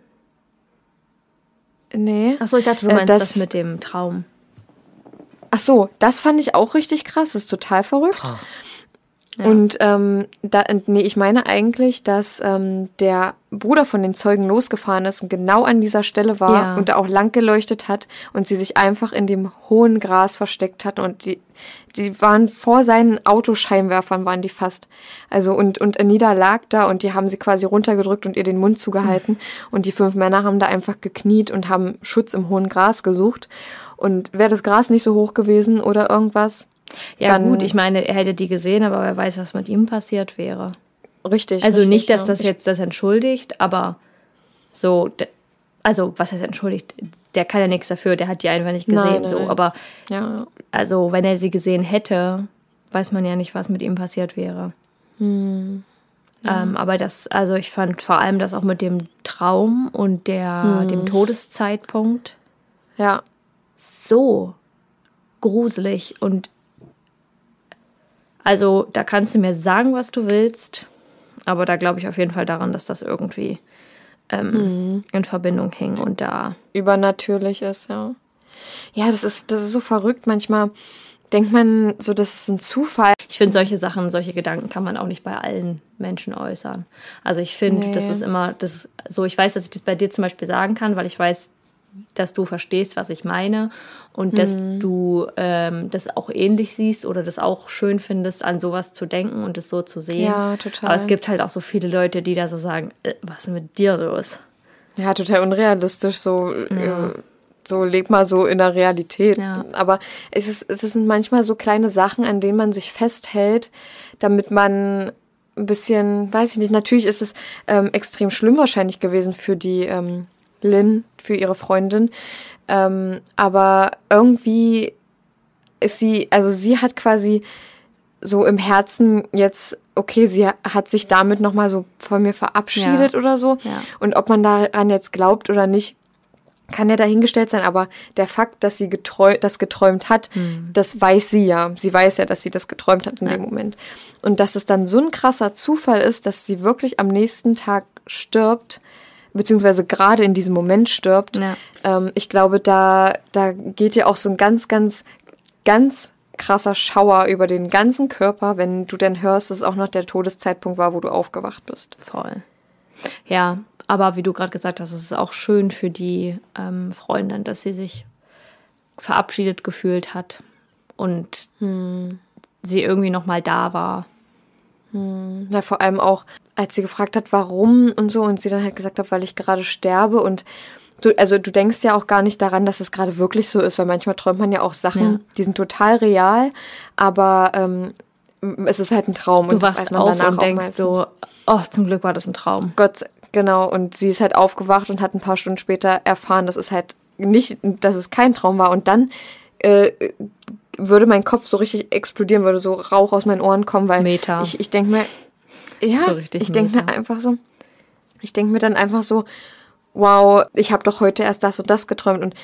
nee. Ach so, ich dachte, du meinst äh, das, das mit dem Traum. Ach so, das fand ich auch richtig krass, das ist total verrückt. Oh. Ja. Und ähm, da, nee, ich meine eigentlich, dass ähm, der Bruder von den Zeugen losgefahren ist und genau an dieser Stelle war ja. und da auch lang geleuchtet hat und sie sich einfach in dem hohen Gras versteckt hat und die, die waren vor seinen Autoscheinwerfern waren die fast. Also und und Anita lag da und die haben sie quasi runtergedrückt und ihr den Mund zugehalten mhm. und die fünf Männer haben da einfach gekniet und haben Schutz im hohen Gras gesucht und wäre das Gras nicht so hoch gewesen oder irgendwas. Ja dann, gut, ich meine, er hätte die gesehen, aber wer weiß, was mit ihm passiert wäre. Richtig. Also richtig, nicht, dass ja. das jetzt das entschuldigt, aber so, also was heißt entschuldigt? Der kann ja nichts dafür, der hat die einfach nicht gesehen. Nein, so, nein. Aber ja. also wenn er sie gesehen hätte, weiß man ja nicht, was mit ihm passiert wäre. Hm. Ja. Ähm, aber das, also ich fand vor allem das auch mit dem Traum und der, hm. dem Todeszeitpunkt ja. so gruselig und also da kannst du mir sagen, was du willst, aber da glaube ich auf jeden Fall daran, dass das irgendwie ähm, mhm. in Verbindung hing und da übernatürlich ist, ja. Ja, das ist, das ist so verrückt. Manchmal denkt man so, das ist ein Zufall. Ich finde, solche Sachen, solche Gedanken kann man auch nicht bei allen Menschen äußern. Also ich finde, nee. das ist immer, das so, ich weiß, dass ich das bei dir zum Beispiel sagen kann, weil ich weiß, dass du verstehst, was ich meine und mhm. dass du ähm, das auch ähnlich siehst oder das auch schön findest, an sowas zu denken und es so zu sehen. Ja, total. Aber es gibt halt auch so viele Leute, die da so sagen, äh, was ist mit dir los? Ja, total unrealistisch, so, ja. äh, so leb mal so in der Realität. Ja. Aber es ist, es sind manchmal so kleine Sachen, an denen man sich festhält, damit man ein bisschen, weiß ich nicht, natürlich ist es ähm, extrem schlimm wahrscheinlich gewesen für die ähm, Lynn, für ihre Freundin. Ähm, aber irgendwie ist sie, also sie hat quasi so im Herzen jetzt, okay, sie hat sich damit nochmal so von mir verabschiedet ja. oder so. Ja. Und ob man daran jetzt glaubt oder nicht, kann ja dahingestellt sein, aber der Fakt, dass sie getreu- das geträumt hat, Hm. das weiß sie ja. Sie weiß ja, dass sie das geträumt hat in Ja. dem Moment. Und dass es dann so ein krasser Zufall ist, dass sie wirklich am nächsten Tag stirbt, beziehungsweise gerade in diesem Moment stirbt. Ja. Ähm, ich glaube, da, da geht ja auch so ein ganz, ganz, ganz krasser Schauer über den ganzen Körper, wenn du dann hörst, dass es auch noch der Todeszeitpunkt war, wo du aufgewacht bist. Voll. Ja, aber wie du gerade gesagt hast, es ist auch schön für die ähm, Freundin, dass sie sich verabschiedet gefühlt hat und sie irgendwie nochmal da war. Ja, vor allem auch, als sie gefragt hat, warum und so, und sie dann halt gesagt hat, weil ich gerade sterbe. Und du, also du denkst ja auch gar nicht daran, dass es gerade wirklich so ist, weil manchmal träumt man ja auch Sachen, Ja. die sind total real, aber ähm, es ist halt ein Traum. Du und das wachst weiß man auf danach und auch denkst meistens. so, oh, zum Glück war das ein Traum. Gott, genau. Und sie ist halt aufgewacht und hat ein paar Stunden später erfahren, dass es halt nicht, dass es kein Traum war. Und dann äh, würde mein Kopf so richtig explodieren, würde so Rauch aus meinen Ohren kommen, weil Meta. ich, ich denke mir, ja, So richtig ich denke mir Meta. einfach so, ich denke mir dann einfach so, wow, ich habe doch heute erst das und das geträumt. Und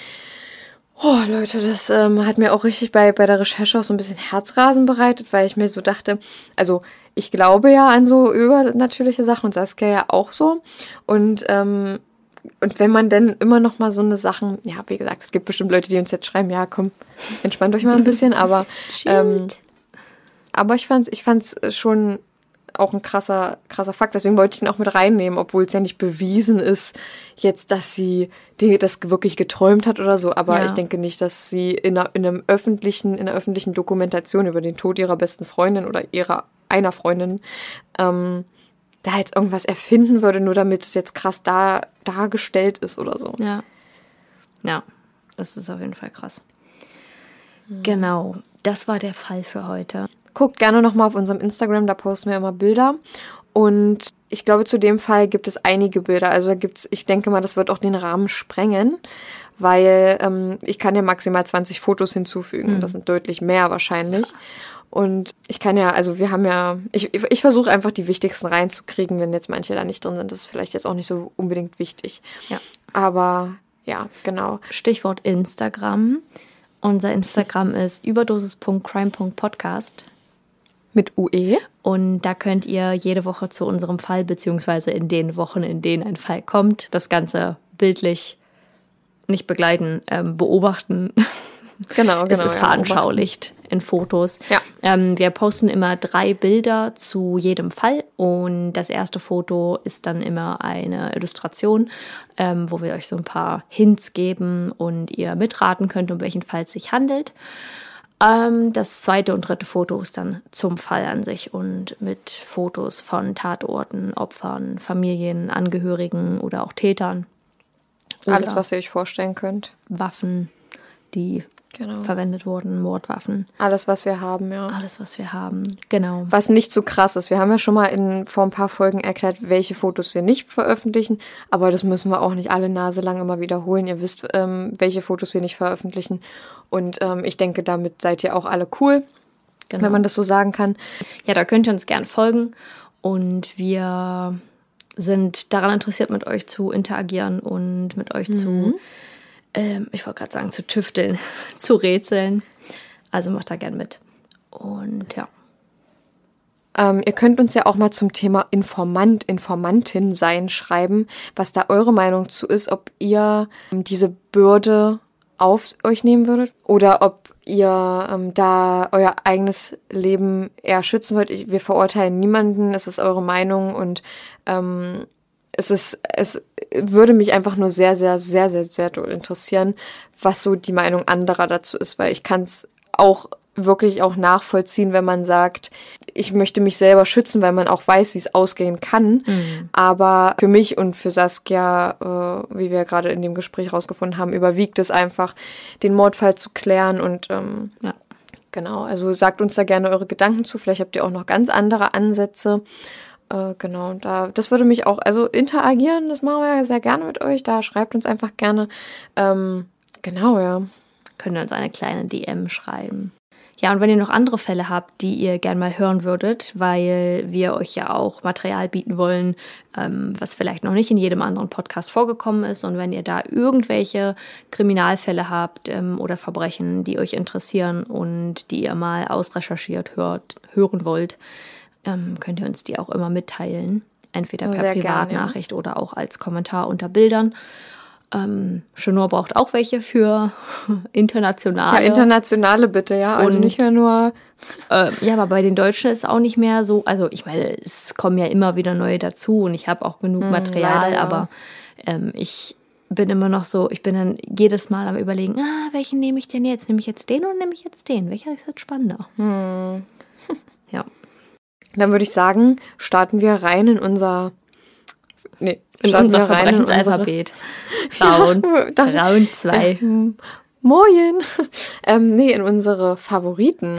oh Leute, das ähm, hat mir auch richtig bei, bei der Recherche auch so ein bisschen Herzrasen bereitet, weil ich mir so dachte, also ich glaube ja an so übernatürliche Sachen und Saskia ja auch so. Und, ähm, und wenn man dann immer noch mal so eine Sachen, ja, wie gesagt, es gibt bestimmt Leute, die uns jetzt schreiben, ja, komm, entspannt euch mal ein bisschen, aber ähm, aber ich fand's, ich fand's schon auch ein krasser, krasser Fakt. Deswegen wollte ich ihn auch mit reinnehmen, obwohl es ja nicht bewiesen ist, jetzt, dass sie die, das wirklich geträumt hat oder so. Aber Ja. ich denke nicht, dass sie in einer, in einem öffentlichen, in einer öffentlichen Dokumentation über den Tod ihrer besten Freundin oder ihrer einer Freundin ähm, da jetzt irgendwas erfinden würde, nur damit es jetzt krass da, dargestellt ist oder so. Ja. Ja, das ist auf jeden Fall krass. Genau, das war der Fall für heute. Guckt gerne nochmal auf unserem Instagram, da posten wir immer Bilder. Und ich glaube, zu dem Fall gibt es einige Bilder. Also da gibt's, ich denke mal, das wird auch den Rahmen sprengen, weil ähm, ich kann ja maximal zwanzig Fotos hinzufügen. Mhm. Das sind deutlich mehr wahrscheinlich. Und ich kann ja, also wir haben ja, ich, ich versuche einfach die wichtigsten reinzukriegen, wenn jetzt manche da nicht drin sind. Das ist vielleicht jetzt auch nicht so unbedingt wichtig. Ja. Aber ja, genau. Stichwort Instagram. Unser Instagram ist überdosis punkt crime punkt podcast. Mit U E. Und da könnt ihr jede Woche zu unserem Fall, beziehungsweise in den Wochen, in denen ein Fall kommt, das Ganze bildlich nicht begleiten, ähm, beobachten. Genau, Es genau. ist ja, veranschaulicht in Fotos. Ja. Ähm, wir posten immer drei Bilder zu jedem Fall und das erste Foto ist dann immer eine Illustration, ähm, wo wir euch so ein paar Hints geben und ihr mitraten könnt, um welchen Fall es sich handelt. Ähm, das zweite und dritte Foto ist dann zum Fall an sich und mit Fotos von Tatorten, Opfern, Familien, Angehörigen oder auch Tätern. Alles, Oder was ihr euch vorstellen könnt. Waffen, die Genau. verwendet wurden, Mordwaffen. Alles, was wir haben, ja. Alles, was wir haben. Genau. Was nicht so krass ist. Wir haben ja schon mal in, vor ein paar Folgen erklärt, welche Fotos wir nicht veröffentlichen, aber das müssen wir auch nicht alle Nase lang immer wiederholen. Ihr wisst, ähm, welche Fotos wir nicht veröffentlichen. Und ähm, ich denke, damit seid ihr auch alle cool, genau. wenn man das so sagen kann. Ja, da könnt ihr uns gern folgen und wir sind daran interessiert, mit euch zu interagieren und mit euch zu, ähm, ich wollte gerade sagen, zu tüfteln, zu rätseln. Also macht da gern mit. Und ja. Ähm, ihr könnt uns ja auch mal zum Thema Informant, Informantin sein schreiben, was da eure Meinung zu ist, ob ihr ähm, diese Bürde auf euch nehmen würdet oder ob ihr ähm, da euer eigenes Leben eher schützen wollt. Ich, wir verurteilen niemanden, es ist eure Meinung und ähm, es ist, es würde mich einfach nur sehr, sehr, sehr, sehr, sehr doll interessieren, was so die Meinung anderer dazu ist, weil ich kann es auch wirklich auch nachvollziehen, wenn man sagt, ich möchte mich selber schützen, weil man auch weiß, wie es ausgehen kann. Mhm. Aber für mich und für Saskia, äh, wie wir gerade in dem Gespräch rausgefunden haben, überwiegt es einfach, den Mordfall zu klären. Und ähm, Ja. genau, also sagt uns da gerne eure Gedanken zu. Vielleicht habt ihr auch noch ganz andere Ansätze. Äh, genau, da, das würde mich auch, also interagieren, das machen wir ja sehr gerne mit euch. Da schreibt uns einfach gerne. Ähm, genau, ja. Könnt ihr uns eine kleine D M schreiben. Ja, und wenn ihr noch andere Fälle habt, die ihr gern mal hören würdet, weil wir euch ja auch Material bieten wollen, ähm, was vielleicht noch nicht in jedem anderen Podcast vorgekommen ist. Und wenn ihr da irgendwelche Kriminalfälle habt ähm, oder Verbrechen, die euch interessieren und die ihr mal ausrecherchiert hört, hören wollt, ähm, könnt ihr uns die auch immer mitteilen. Entweder per Sehr gern, Privatnachricht oder auch als Kommentar unter Bildern. Ähm, Chenor braucht auch welche für internationale. Ja, internationale bitte, ja. Also Und- nicht mehr nur. Äh, ja, aber bei den Deutschen ist es auch nicht mehr so, also ich meine, es kommen ja immer wieder neue dazu und ich habe auch genug Material, leider, ja. aber ähm, ich bin immer noch so, ich bin dann jedes Mal am Überlegen, ah, welchen nehme ich denn jetzt? Nehme ich jetzt den oder nehme ich jetzt den? Welcher ist jetzt spannender? Ja. Dann würde ich sagen, starten wir rein in unser. Nee, In starten unser wir rein in unsere. Verbrechensalphabet. Round, dachte- Round zwei. Ähm, Moin! ähm, nee, in unsere Favoriten.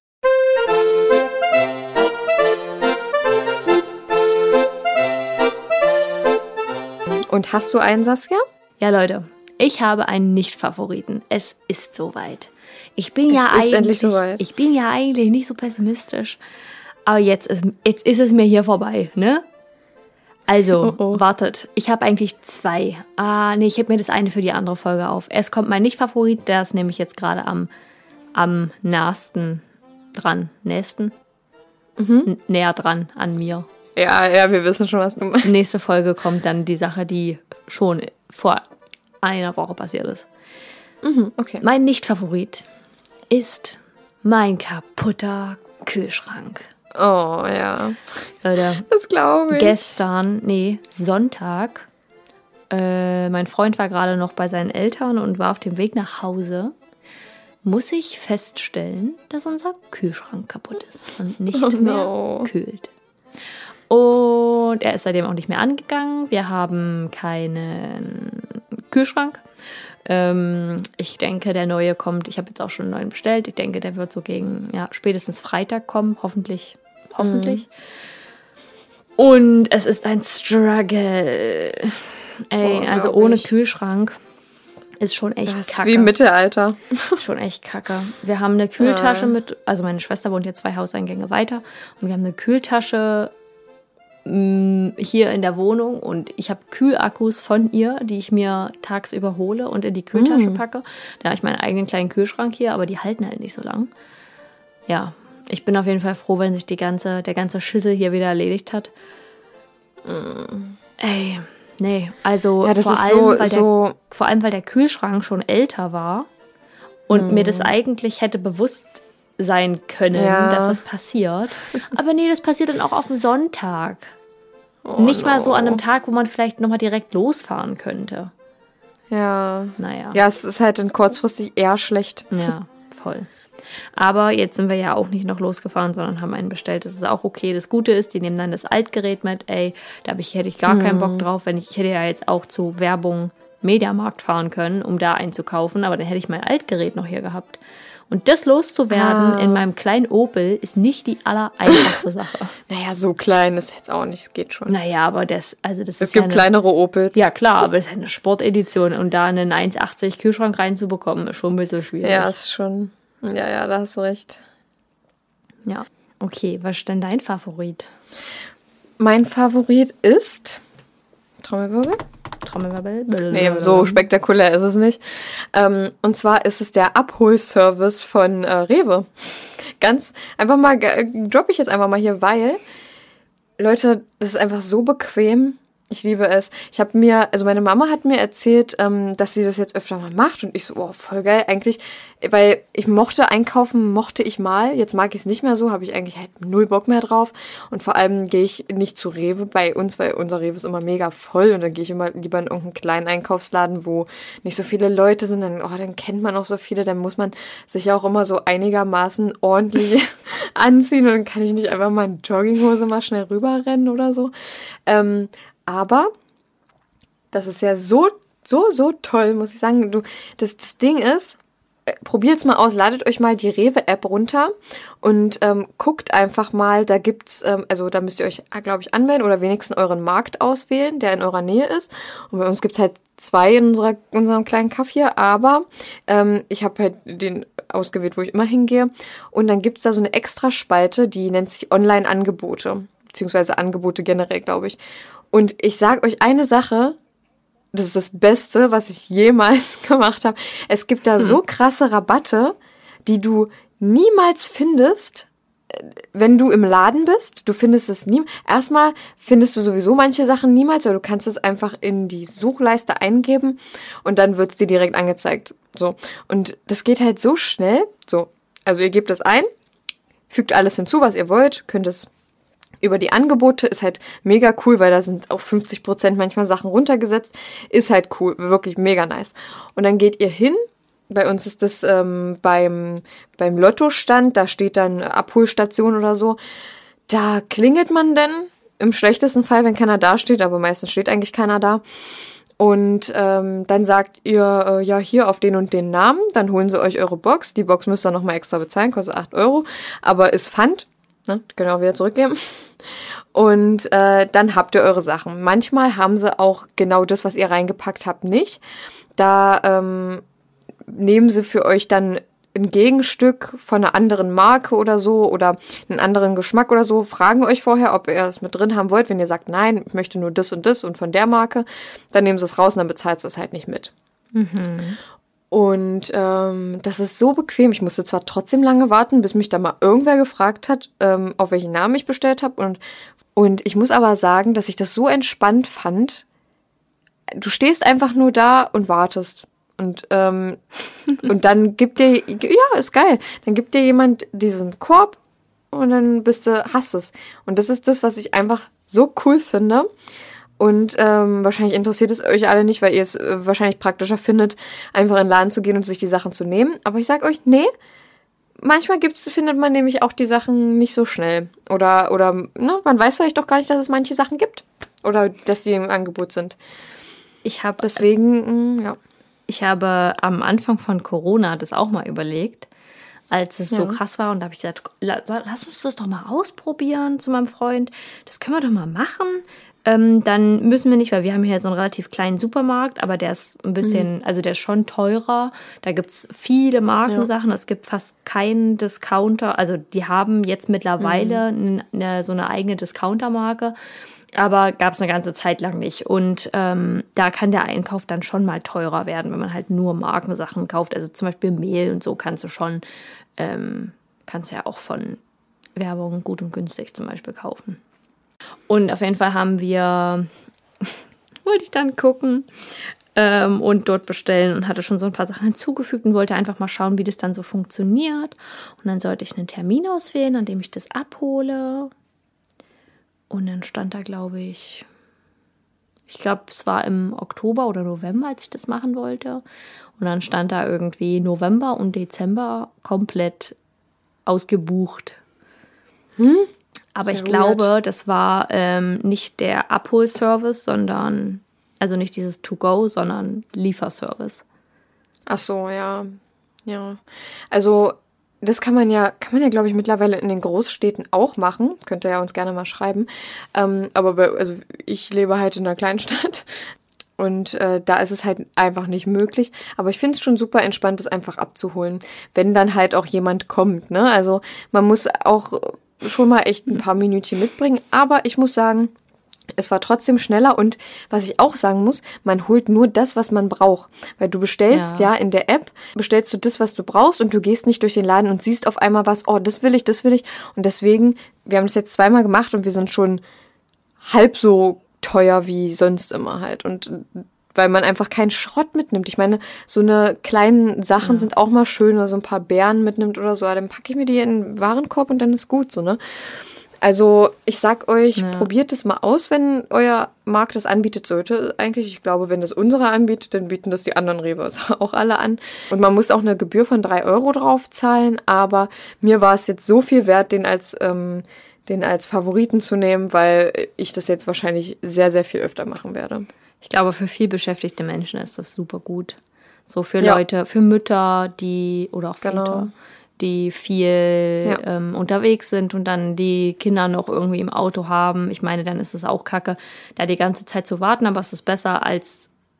Und hast du einen, Saskia? Ja, Leute, ich habe einen Nicht-Favoriten. Es ist soweit. Ich bin Es ja ist eigentlich, endlich soweit. ich bin ja eigentlich nicht so pessimistisch. Aber jetzt ist, jetzt ist es mir hier vorbei, ne? Also, Oh, oh. wartet. Ich habe eigentlich zwei. Ah, nee, ich heb mir das eine für die andere Folge auf. Es kommt mein Nicht-Favorit, der ist nämlich jetzt gerade am, am nächsten dran. Nächsten? Mhm. N- näher dran an mir. Ja, ja, wir wissen schon, was du meinst. Nächste Folge kommt dann die Sache, die schon vor einer Woche passiert ist. Mhm, okay. Mein Nicht-Favorit ist mein kaputter Kühlschrank. Oh, ja. Leute, Das glaube ich. gestern, nee, Sonntag, äh, mein Freund war gerade noch bei seinen Eltern und war auf dem Weg nach Hause, muss ich feststellen, dass unser Kühlschrank kaputt ist und nicht Oh, mehr no. kühlt. Und er ist seitdem auch nicht mehr angegangen. Wir haben keinen Kühlschrank. Ähm, ich denke, der neue kommt. Ich habe jetzt auch schon einen neuen bestellt. Ich denke, der wird so gegen ja, spätestens Freitag kommen. Hoffentlich. Hoffentlich. Und es ist ein Struggle. Ey, Boah, also glaub ohne ich. Kühlschrank ist schon echt Das ist kacke. wie im Mittelalter. Schon echt kacke. Wir haben eine Kühltasche Ja. mit, also meine Schwester wohnt ja zwei Hauseingänge weiter und wir haben eine Kühltasche mh, hier in der Wohnung und ich habe Kühlakkus von ihr, die ich mir tagsüber hole und in die Kühltasche Mm. packe. Da habe ich meinen eigenen kleinen Kühlschrank hier, aber die halten halt nicht so lang. Ja, ich bin auf jeden Fall froh, wenn sich die ganze, der ganze Schissel hier wieder erledigt hat. Ey, nee, also Mm. Ja, das vor ist allem, so, weil der so. vor allem, weil der Kühlschrank schon älter war und mir das eigentlich hätte bewusst sein können, Ja. dass das passiert. Aber nee, das passiert dann auch auf dem Sonntag. Oh, Nicht mal no. so an einem Tag, wo man vielleicht nochmal direkt losfahren könnte. Ja. Naja, Ja, es ist halt dann kurzfristig eher schlecht. ja, voll. Aber jetzt sind wir ja auch nicht noch losgefahren, sondern haben einen bestellt. Das ist auch okay. Das Gute ist, die nehmen dann das Altgerät mit. Ey, da hab ich, hätte ich gar keinen Bock drauf. Wenn ich, ich hätte ja jetzt auch zu Werbung Mediamarkt fahren können, um da einzukaufen. Aber dann hätte ich mein Altgerät noch hier gehabt. Und das loszuwerden Ah. in meinem kleinen Opel ist nicht die allereinfachste Sache. Naja, so klein ist jetzt auch nicht. Es geht schon. Naja, aber das, also das Es ist gibt ja eine, kleinere Opels. ja klar, aber das ist eine Sportedition und da einen eins achtzig Kühlschrank reinzubekommen, ist schon ein bisschen schwierig. Ja, ist schon. Ja, ja, da hast du recht. Ja. Okay, was ist denn dein Favorit? Mein Favorit ist. Trommelwirbel? Trommelwirbel? Nee, so spektakulär ist es nicht. Ähm, und zwar ist es der Abholservice von äh, Rewe. Ganz einfach mal, äh, droppe ich jetzt einfach mal hier, weil, Leute, das ist einfach so bequem. Ich liebe es. Ich habe mir, also meine Mama hat mir erzählt, ähm, dass sie das jetzt öfter mal macht und ich so, oh, voll geil eigentlich, weil ich mochte einkaufen, mochte ich mal, jetzt mag ich es nicht mehr so, habe ich eigentlich halt null Bock mehr drauf und vor allem gehe ich nicht zu Rewe bei uns, weil unser Rewe ist immer mega voll und dann gehe ich immer lieber in irgendeinen kleinen Einkaufsladen, wo nicht so viele Leute sind, dann, oh, dann kennt man auch so viele, dann muss man sich ja auch immer so einigermaßen ordentlich anziehen und dann kann ich nicht einfach mal in Jogginghose mal schnell rüberrennen oder so. Ähm, Aber das ist ja so, so, so toll, muss ich sagen. Du, das, das Ding ist, äh, probiert's mal aus, ladet euch mal die Rewe-App runter und ähm, guckt einfach mal, da gibt's, ähm, also da müsst ihr euch, glaube ich, anmelden oder wenigstens euren Markt auswählen, der in eurer Nähe ist. Und bei uns gibt's halt zwei in unserer, unserem kleinen Kaff hier, aber ähm, ich habe halt den ausgewählt, wo ich immer hingehe. Und dann gibt's da so eine extra Spalte, die nennt sich Online-Angebote, beziehungsweise Angebote generell, glaube ich. Und ich sage euch eine Sache, das ist das Beste, was ich jemals gemacht habe. Es gibt da so krasse Rabatte, die du niemals findest, wenn du im Laden bist. Du findest es nie. Erstmal findest du sowieso manche Sachen niemals, weil du kannst es einfach in die Suchleiste eingeben und dann wird es dir direkt angezeigt. So. Und das geht halt so schnell. So. Also ihr gebt das ein, fügt alles hinzu, was ihr wollt, könnt es über die Angebote, ist halt mega cool, weil da sind auch fünfzig Prozent manchmal Sachen runtergesetzt. Ist halt cool, wirklich mega nice. Und dann geht ihr hin. Bei uns ist das ähm, beim, beim Lottostand, da steht dann Abholstation oder so. Da klingelt man dann, im schlechtesten Fall, wenn keiner da steht, aber meistens steht eigentlich keiner da. Und ähm, dann sagt ihr, äh, ja, hier auf den und den Namen, dann holen sie euch eure Box. Die Box müsst ihr nochmal extra bezahlen, kostet acht Euro, aber ist Pfand, ne? Könnt ihr auch wieder zurückgeben. Und äh, dann habt ihr eure Sachen. Manchmal haben sie auch genau das, was ihr reingepackt habt, nicht. Da ähm, nehmen sie für euch dann ein Gegenstück von einer anderen Marke oder so oder einen anderen Geschmack oder so, fragen euch vorher, ob ihr es mit drin haben wollt. Wenn ihr sagt, nein, ich möchte nur das und das und von der Marke, dann nehmen sie es raus und dann bezahlt es halt nicht mit. Mhm. Und ähm, das ist so bequem. Ich musste zwar trotzdem lange warten, bis mich da mal irgendwer gefragt hat, ähm, auf welchen Namen ich bestellt habe. Und, und ich muss aber sagen, dass ich das so entspannt fand. Du stehst einfach nur da und wartest. Und, ähm, und dann gibt dir, ja, ist geil, dann gibt dir jemand diesen Korb und dann bist du, hast es. Und das ist das, was ich einfach so cool finde. Und ähm, wahrscheinlich interessiert es euch alle nicht, weil ihr es äh, wahrscheinlich praktischer findet, einfach in den Laden zu gehen und sich die Sachen zu nehmen. Aber ich sag euch, nee, manchmal gibt's, findet man nämlich auch die Sachen nicht so schnell. Oder, oder ne, man weiß vielleicht doch gar nicht, dass es manche Sachen gibt. Oder dass die im Angebot sind. Ich habe Deswegen, mh, ja. Ich habe am Anfang von Corona das auch mal überlegt, als es Ja. so krass war. Und da habe ich gesagt, la- lass uns das doch mal ausprobieren zu meinem Freund. Das können wir doch mal machen. Ähm, dann müssen wir nicht, weil wir haben hier so einen relativ kleinen Supermarkt, aber der ist ein bisschen, mhm. also der ist schon teurer. Da gibt es viele Markensachen. Ja. Es gibt fast keinen Discounter. Also die haben jetzt mittlerweile mhm. eine, so eine eigene Discountermarke. Aber gab es eine ganze Zeit lang nicht. Und ähm, da kann der Einkauf dann schon mal teurer werden, wenn man halt nur Markensachen kauft. Also zum Beispiel Mehl und so kannst du schon, ähm, kannst ja auch von Werbung gut und günstig zum Beispiel kaufen. Und auf jeden Fall haben wir, wollte ich dann gucken ähm, und dort bestellen und hatte schon so ein paar Sachen hinzugefügt und wollte einfach mal schauen, wie das dann so funktioniert. Und dann sollte ich einen Termin auswählen, an dem ich das abhole. Und dann stand da, glaube ich, ich glaube, es war im Oktober oder November, als ich das machen wollte. Und dann stand da irgendwie November und Dezember komplett ausgebucht. Hm? Aber Sehr ich glaube, weird. das war ähm, nicht der Abholservice, sondern, also nicht dieses To-Go, sondern Lieferservice. Ach so, ja. Ja. Also, das kann man ja, kann man ja, glaube ich, mittlerweile in den Großstädten auch machen. Könnt ihr ja uns gerne mal schreiben. Ähm, aber bei, also ich lebe halt in einer Kleinstadt und äh, da ist es halt einfach nicht möglich. Aber ich finde es schon super entspannt, das einfach abzuholen, wenn dann halt auch jemand kommt, ne? Also man muss auch schon mal echt ein paar Minütchen mitbringen. Aber ich muss sagen, es war trotzdem schneller und was ich auch sagen muss, man holt nur das, was man braucht. Weil du bestellst ja. ja in der App, bestellst du das, was du brauchst und du gehst nicht durch den Laden und siehst auf einmal was, oh, das will ich, das will ich. Und deswegen, wir haben das jetzt zweimal gemacht und wir sind schon halb so teuer wie sonst immer halt. Und weil man einfach keinen Schrott mitnimmt. Ich meine, so eine kleinen Sachen ja. sind auch mal schön, oder so ein paar Beeren mitnimmt oder so. Dann packe ich mir die in den Warenkorb und dann ist gut so, ne? Also ich sag euch, ja. probiert es mal aus, wenn euer Markt das anbietet sollte. Eigentlich, ich glaube, wenn das unsere anbietet, dann bieten das die anderen Revers auch alle an. Und man muss auch eine Gebühr von drei Euro drauf zahlen. Aber mir war es jetzt so viel wert, den als, ähm, den als Favoriten zu nehmen, weil ich das jetzt wahrscheinlich sehr, sehr viel öfter machen werde. Ich glaube, für viel beschäftigte Menschen ist das super gut. So für Ja. Leute, für Mütter, die, oder auch Väter. Genau. Die viel Ja. ähm, unterwegs sind und dann die Kinder noch irgendwie im Auto haben. Ich meine, dann ist es auch kacke, da die ganze Zeit zu warten, aber es ist besser, als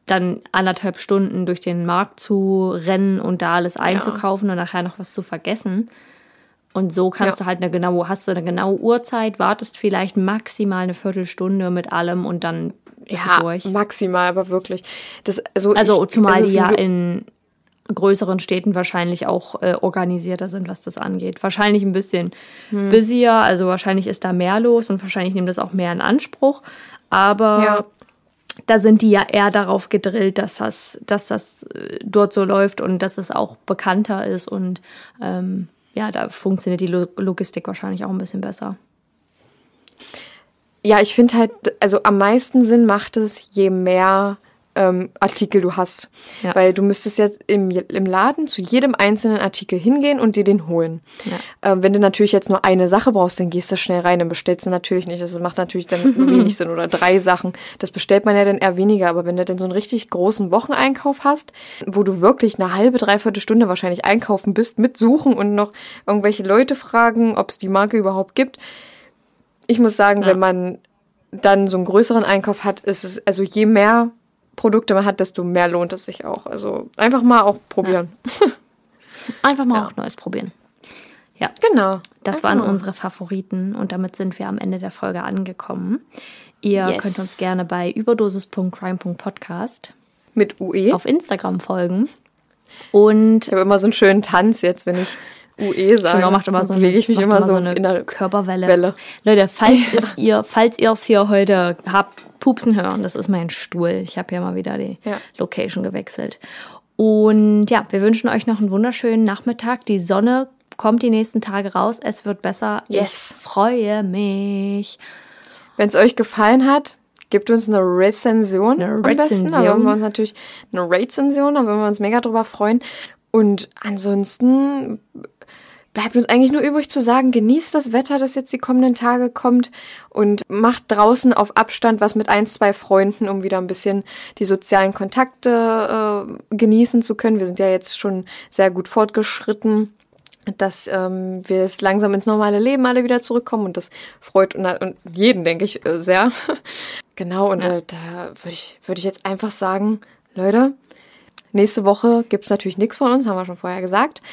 dann anderthalb Stunden durch den Markt zu rennen und da alles einzukaufen ja. und nachher noch was zu vergessen. Und so kannst ja. du halt eine genaue, hast du eine genaue Uhrzeit, wartest vielleicht maximal eine Viertelstunde mit allem und dann ist ja, es durch. Maximal, aber wirklich. Das, also also ich, zumal also die ja so in größeren Städten wahrscheinlich auch äh, organisierter sind, was das angeht. Wahrscheinlich ein bisschen hm. busier, also wahrscheinlich ist da mehr los und wahrscheinlich nimmt das auch mehr in Anspruch. Aber ja. da sind die ja eher darauf gedrillt, dass das, dass das äh, dort so läuft und dass es auch bekannter ist und ähm, ja, da funktioniert die Lo- Logistik wahrscheinlich auch ein bisschen besser. Ja, ich finde halt, also am meisten Sinn macht es, je mehr ähm, Artikel du hast. Ja. Weil du müsstest jetzt im, im Laden zu jedem einzelnen Artikel hingehen und dir den holen. Ja. Ähm, wenn du natürlich jetzt nur eine Sache brauchst, dann gehst du schnell rein, dann bestellst du natürlich nicht. Das macht natürlich dann wenig Sinn. Oder drei Sachen. Das bestellt man ja dann eher weniger. Aber wenn du dann so einen richtig großen Wocheneinkauf hast, wo du wirklich eine halbe, dreiviertel Stunde wahrscheinlich einkaufen bist, mit Suchen und noch irgendwelche Leute fragen, ob es die Marke überhaupt gibt. Ich muss sagen, ja. wenn man dann so einen größeren Einkauf hat, ist es, also je mehr Produkte man hat, desto mehr lohnt es sich auch. Also einfach mal auch probieren. Ja. Einfach mal ja. auch Neues probieren. Ja, genau. Das einfach waren mal. unsere Favoriten und damit sind wir am Ende der Folge angekommen. Ihr Yes. könnt uns gerne bei überdosis punkt crime punkt podcast mit U E auf Instagram folgen. Und ich habe immer so einen schönen Tanz jetzt, wenn ich U E sage. Genau, macht immer so eine, bewege ich mich macht immer, immer so eine in der Körperwelle. Welle. Leute, falls es ihr, falls ihr es hier heute habt, pupsen hören, das ist mein Stuhl. Ich habe ja mal wieder die Ja. Location gewechselt. Und ja, wir wünschen euch noch einen wunderschönen Nachmittag. Die Sonne kommt die nächsten Tage raus. Es wird besser. Yes. Ich freue mich. Wenn es euch gefallen hat, gebt uns eine Rezension. Eine am besten. Rezension. Da würden wir uns natürlich eine Rezension, da würden wir uns mega drüber freuen. Und ansonsten bleibt uns eigentlich nur übrig zu sagen, genießt das Wetter, das jetzt die kommenden Tage kommt und macht draußen auf Abstand was mit ein, zwei Freunden, um wieder ein bisschen die sozialen Kontakte äh, genießen zu können. Wir sind ja jetzt schon sehr gut fortgeschritten, dass ähm, wir jetzt langsam ins normale Leben alle wieder zurückkommen und das freut und, und jeden, denke ich, äh, sehr. Genau, und Ja. äh, da würde ich, würd ich jetzt einfach sagen, Leute, nächste Woche gibt's natürlich nichts von uns, haben wir schon vorher gesagt.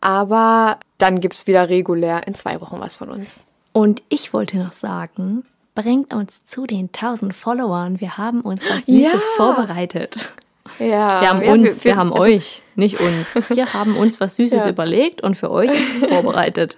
Aber dann gibt's wieder regulär in zwei Wochen was von uns. Und ich wollte noch sagen, bringt uns zu den tausend Followern. Wir haben uns was Süßes Ja. vorbereitet. Ja, Wir haben ja, uns, wir, wir, wir haben also, euch, nicht uns. Wir haben uns was Süßes Ja. überlegt und für euch ist es vorbereitet.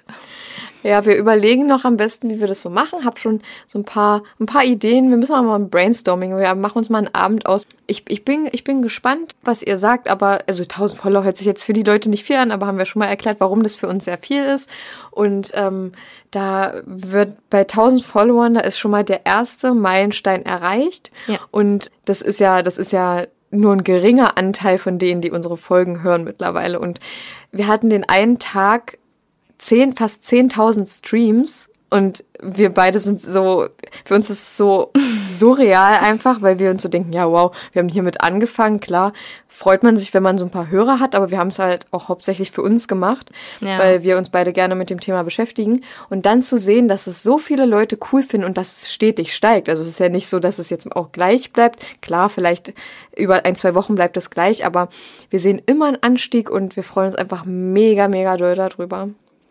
Ja, wir überlegen noch am besten, wie wir das so machen. Hab schon so ein paar, ein paar Ideen. Wir müssen mal ein Brainstorming. Wir machen uns mal einen Abend aus. Ich, ich bin, ich bin gespannt, was ihr sagt. Aber also tausend Follower hört sich jetzt für die Leute nicht viel an, aber haben wir schon mal erklärt, warum das für uns sehr viel ist. Und ähm, da wird bei tausend Followern, da ist schon mal der erste Meilenstein erreicht. Ja. Und das ist ja, das ist ja nur ein geringer Anteil von denen, die unsere Folgen hören mittlerweile. Und wir hatten den einen Tag zehn, fast zehntausend Streams und wir beide sind so, für uns ist es so surreal einfach, weil wir uns so denken, ja wow, wir haben hiermit angefangen, klar, freut man sich, wenn man so ein paar Hörer hat, aber wir haben es halt auch hauptsächlich für uns gemacht, Ja. weil wir uns beide gerne mit dem Thema beschäftigen und dann zu sehen, dass es so viele Leute cool finden und dass es stetig steigt, also es ist ja nicht so, dass es jetzt auch gleich bleibt, klar, vielleicht über ein, zwei Wochen bleibt es gleich, aber wir sehen immer einen Anstieg und wir freuen uns einfach mega, mega doll darüber.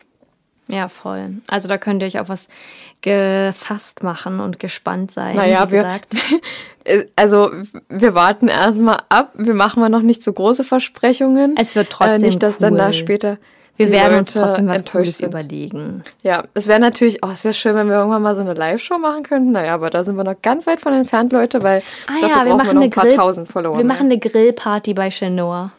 Ja, voll. Also da könnt ihr euch auf was gefasst machen und gespannt sein, Naja, wie wir, gesagt. also wir warten erstmal ab. Wir machen mal noch nicht so große Versprechungen. Es wird trotzdem äh, nicht, dass cool. dann da später Wir die werden uns Leute trotzdem was enttäuscht Cooles sind. überlegen. Ja, es wäre natürlich, oh, es wäre schön, wenn wir irgendwann mal so eine Live-Show machen könnten. Naja, aber da sind wir noch ganz weit von entfernt, Leute, weil Ah dafür ja, wir brauchen wir machen noch eine ein paar Grill, tausend Follower. wir machen mehr. eine Grillparty bei Chenoa.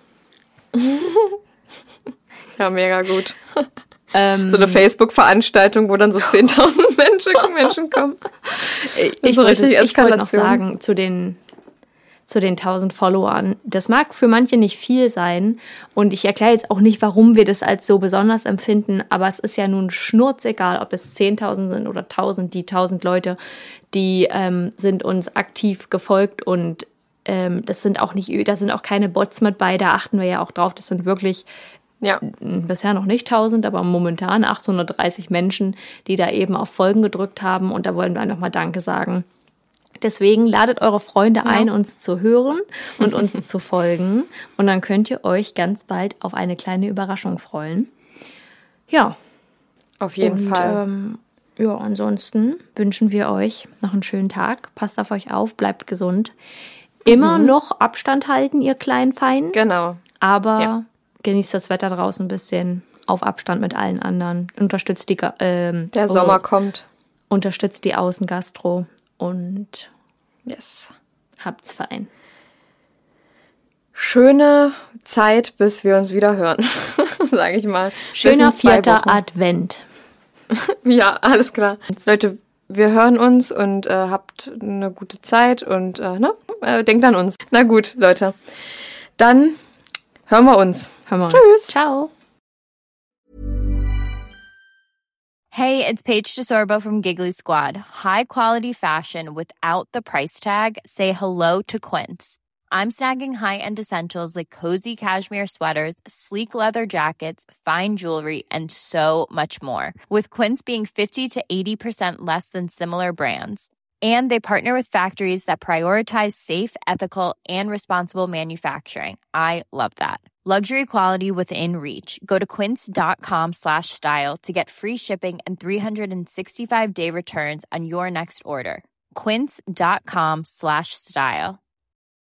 Ja, mega gut. Ähm, So eine Facebook-Veranstaltung, wo dann so zehntausend Menschen, Menschen kommen. ich so wollte, richtig ich wollte noch Eskalation. sagen, zu den, zu den tausend Followern, das mag für manche nicht viel sein und ich erkläre jetzt auch nicht, warum wir das als so besonders empfinden, aber es ist ja nun schnurzegal, ob es zehntausend sind oder tausend, die tausend Leute, die ähm, sind uns aktiv gefolgt und ähm, das sind auch nicht, da sind auch keine Bots mit bei, da achten wir ja auch drauf, das sind wirklich Ja, bisher noch nicht tausend, aber momentan achthundertdreißig Menschen, die da eben auf Folgen gedrückt haben. Und da wollen wir einfach mal Danke sagen, Deswegen ladet eure Freunde ein, uns zu hören und uns zu folgen. Und dann könnt ihr euch ganz bald auf eine kleine Überraschung freuen. Ja. Auf jeden und, Fall. Ähm, ja, ansonsten wünschen wir euch noch einen schönen Tag. Passt auf euch auf, bleibt gesund. Immer mhm. noch Abstand halten, ihr kleinen Feinen. Genau. Aber ja. genießt das Wetter draußen ein bisschen. Auf Abstand mit allen anderen. Unterstützt die... Ähm, Der Sommer oh, kommt. Unterstützt die Außengastro. Und yes. habt's fein. Schöne Zeit, bis wir uns wieder hören, sage ich mal. Schöner vierter Advent. Ja, alles klar. Leute, wir hören uns und äh, habt eine gute Zeit und äh, ne? äh, denkt an uns. Na gut, Leute. Dann hören wir uns. Hören wir uns. Tschüss. Ciao. Hey, it's Paige DeSorbo from Giggly Squad. High quality fashion without the price tag. Say hello to Quince. I'm snagging high-end essentials like cozy cashmere sweaters, sleek leather jackets, fine jewelry, and so much more. With Quince being fifty to eighty percent less than similar brands. And they partner with factories that prioritize safe, ethical, and responsible manufacturing. I love that. Luxury quality within reach. Go to quince.com slash style to get free shipping and three sixty-five day returns on your next order. Quince.com slash style.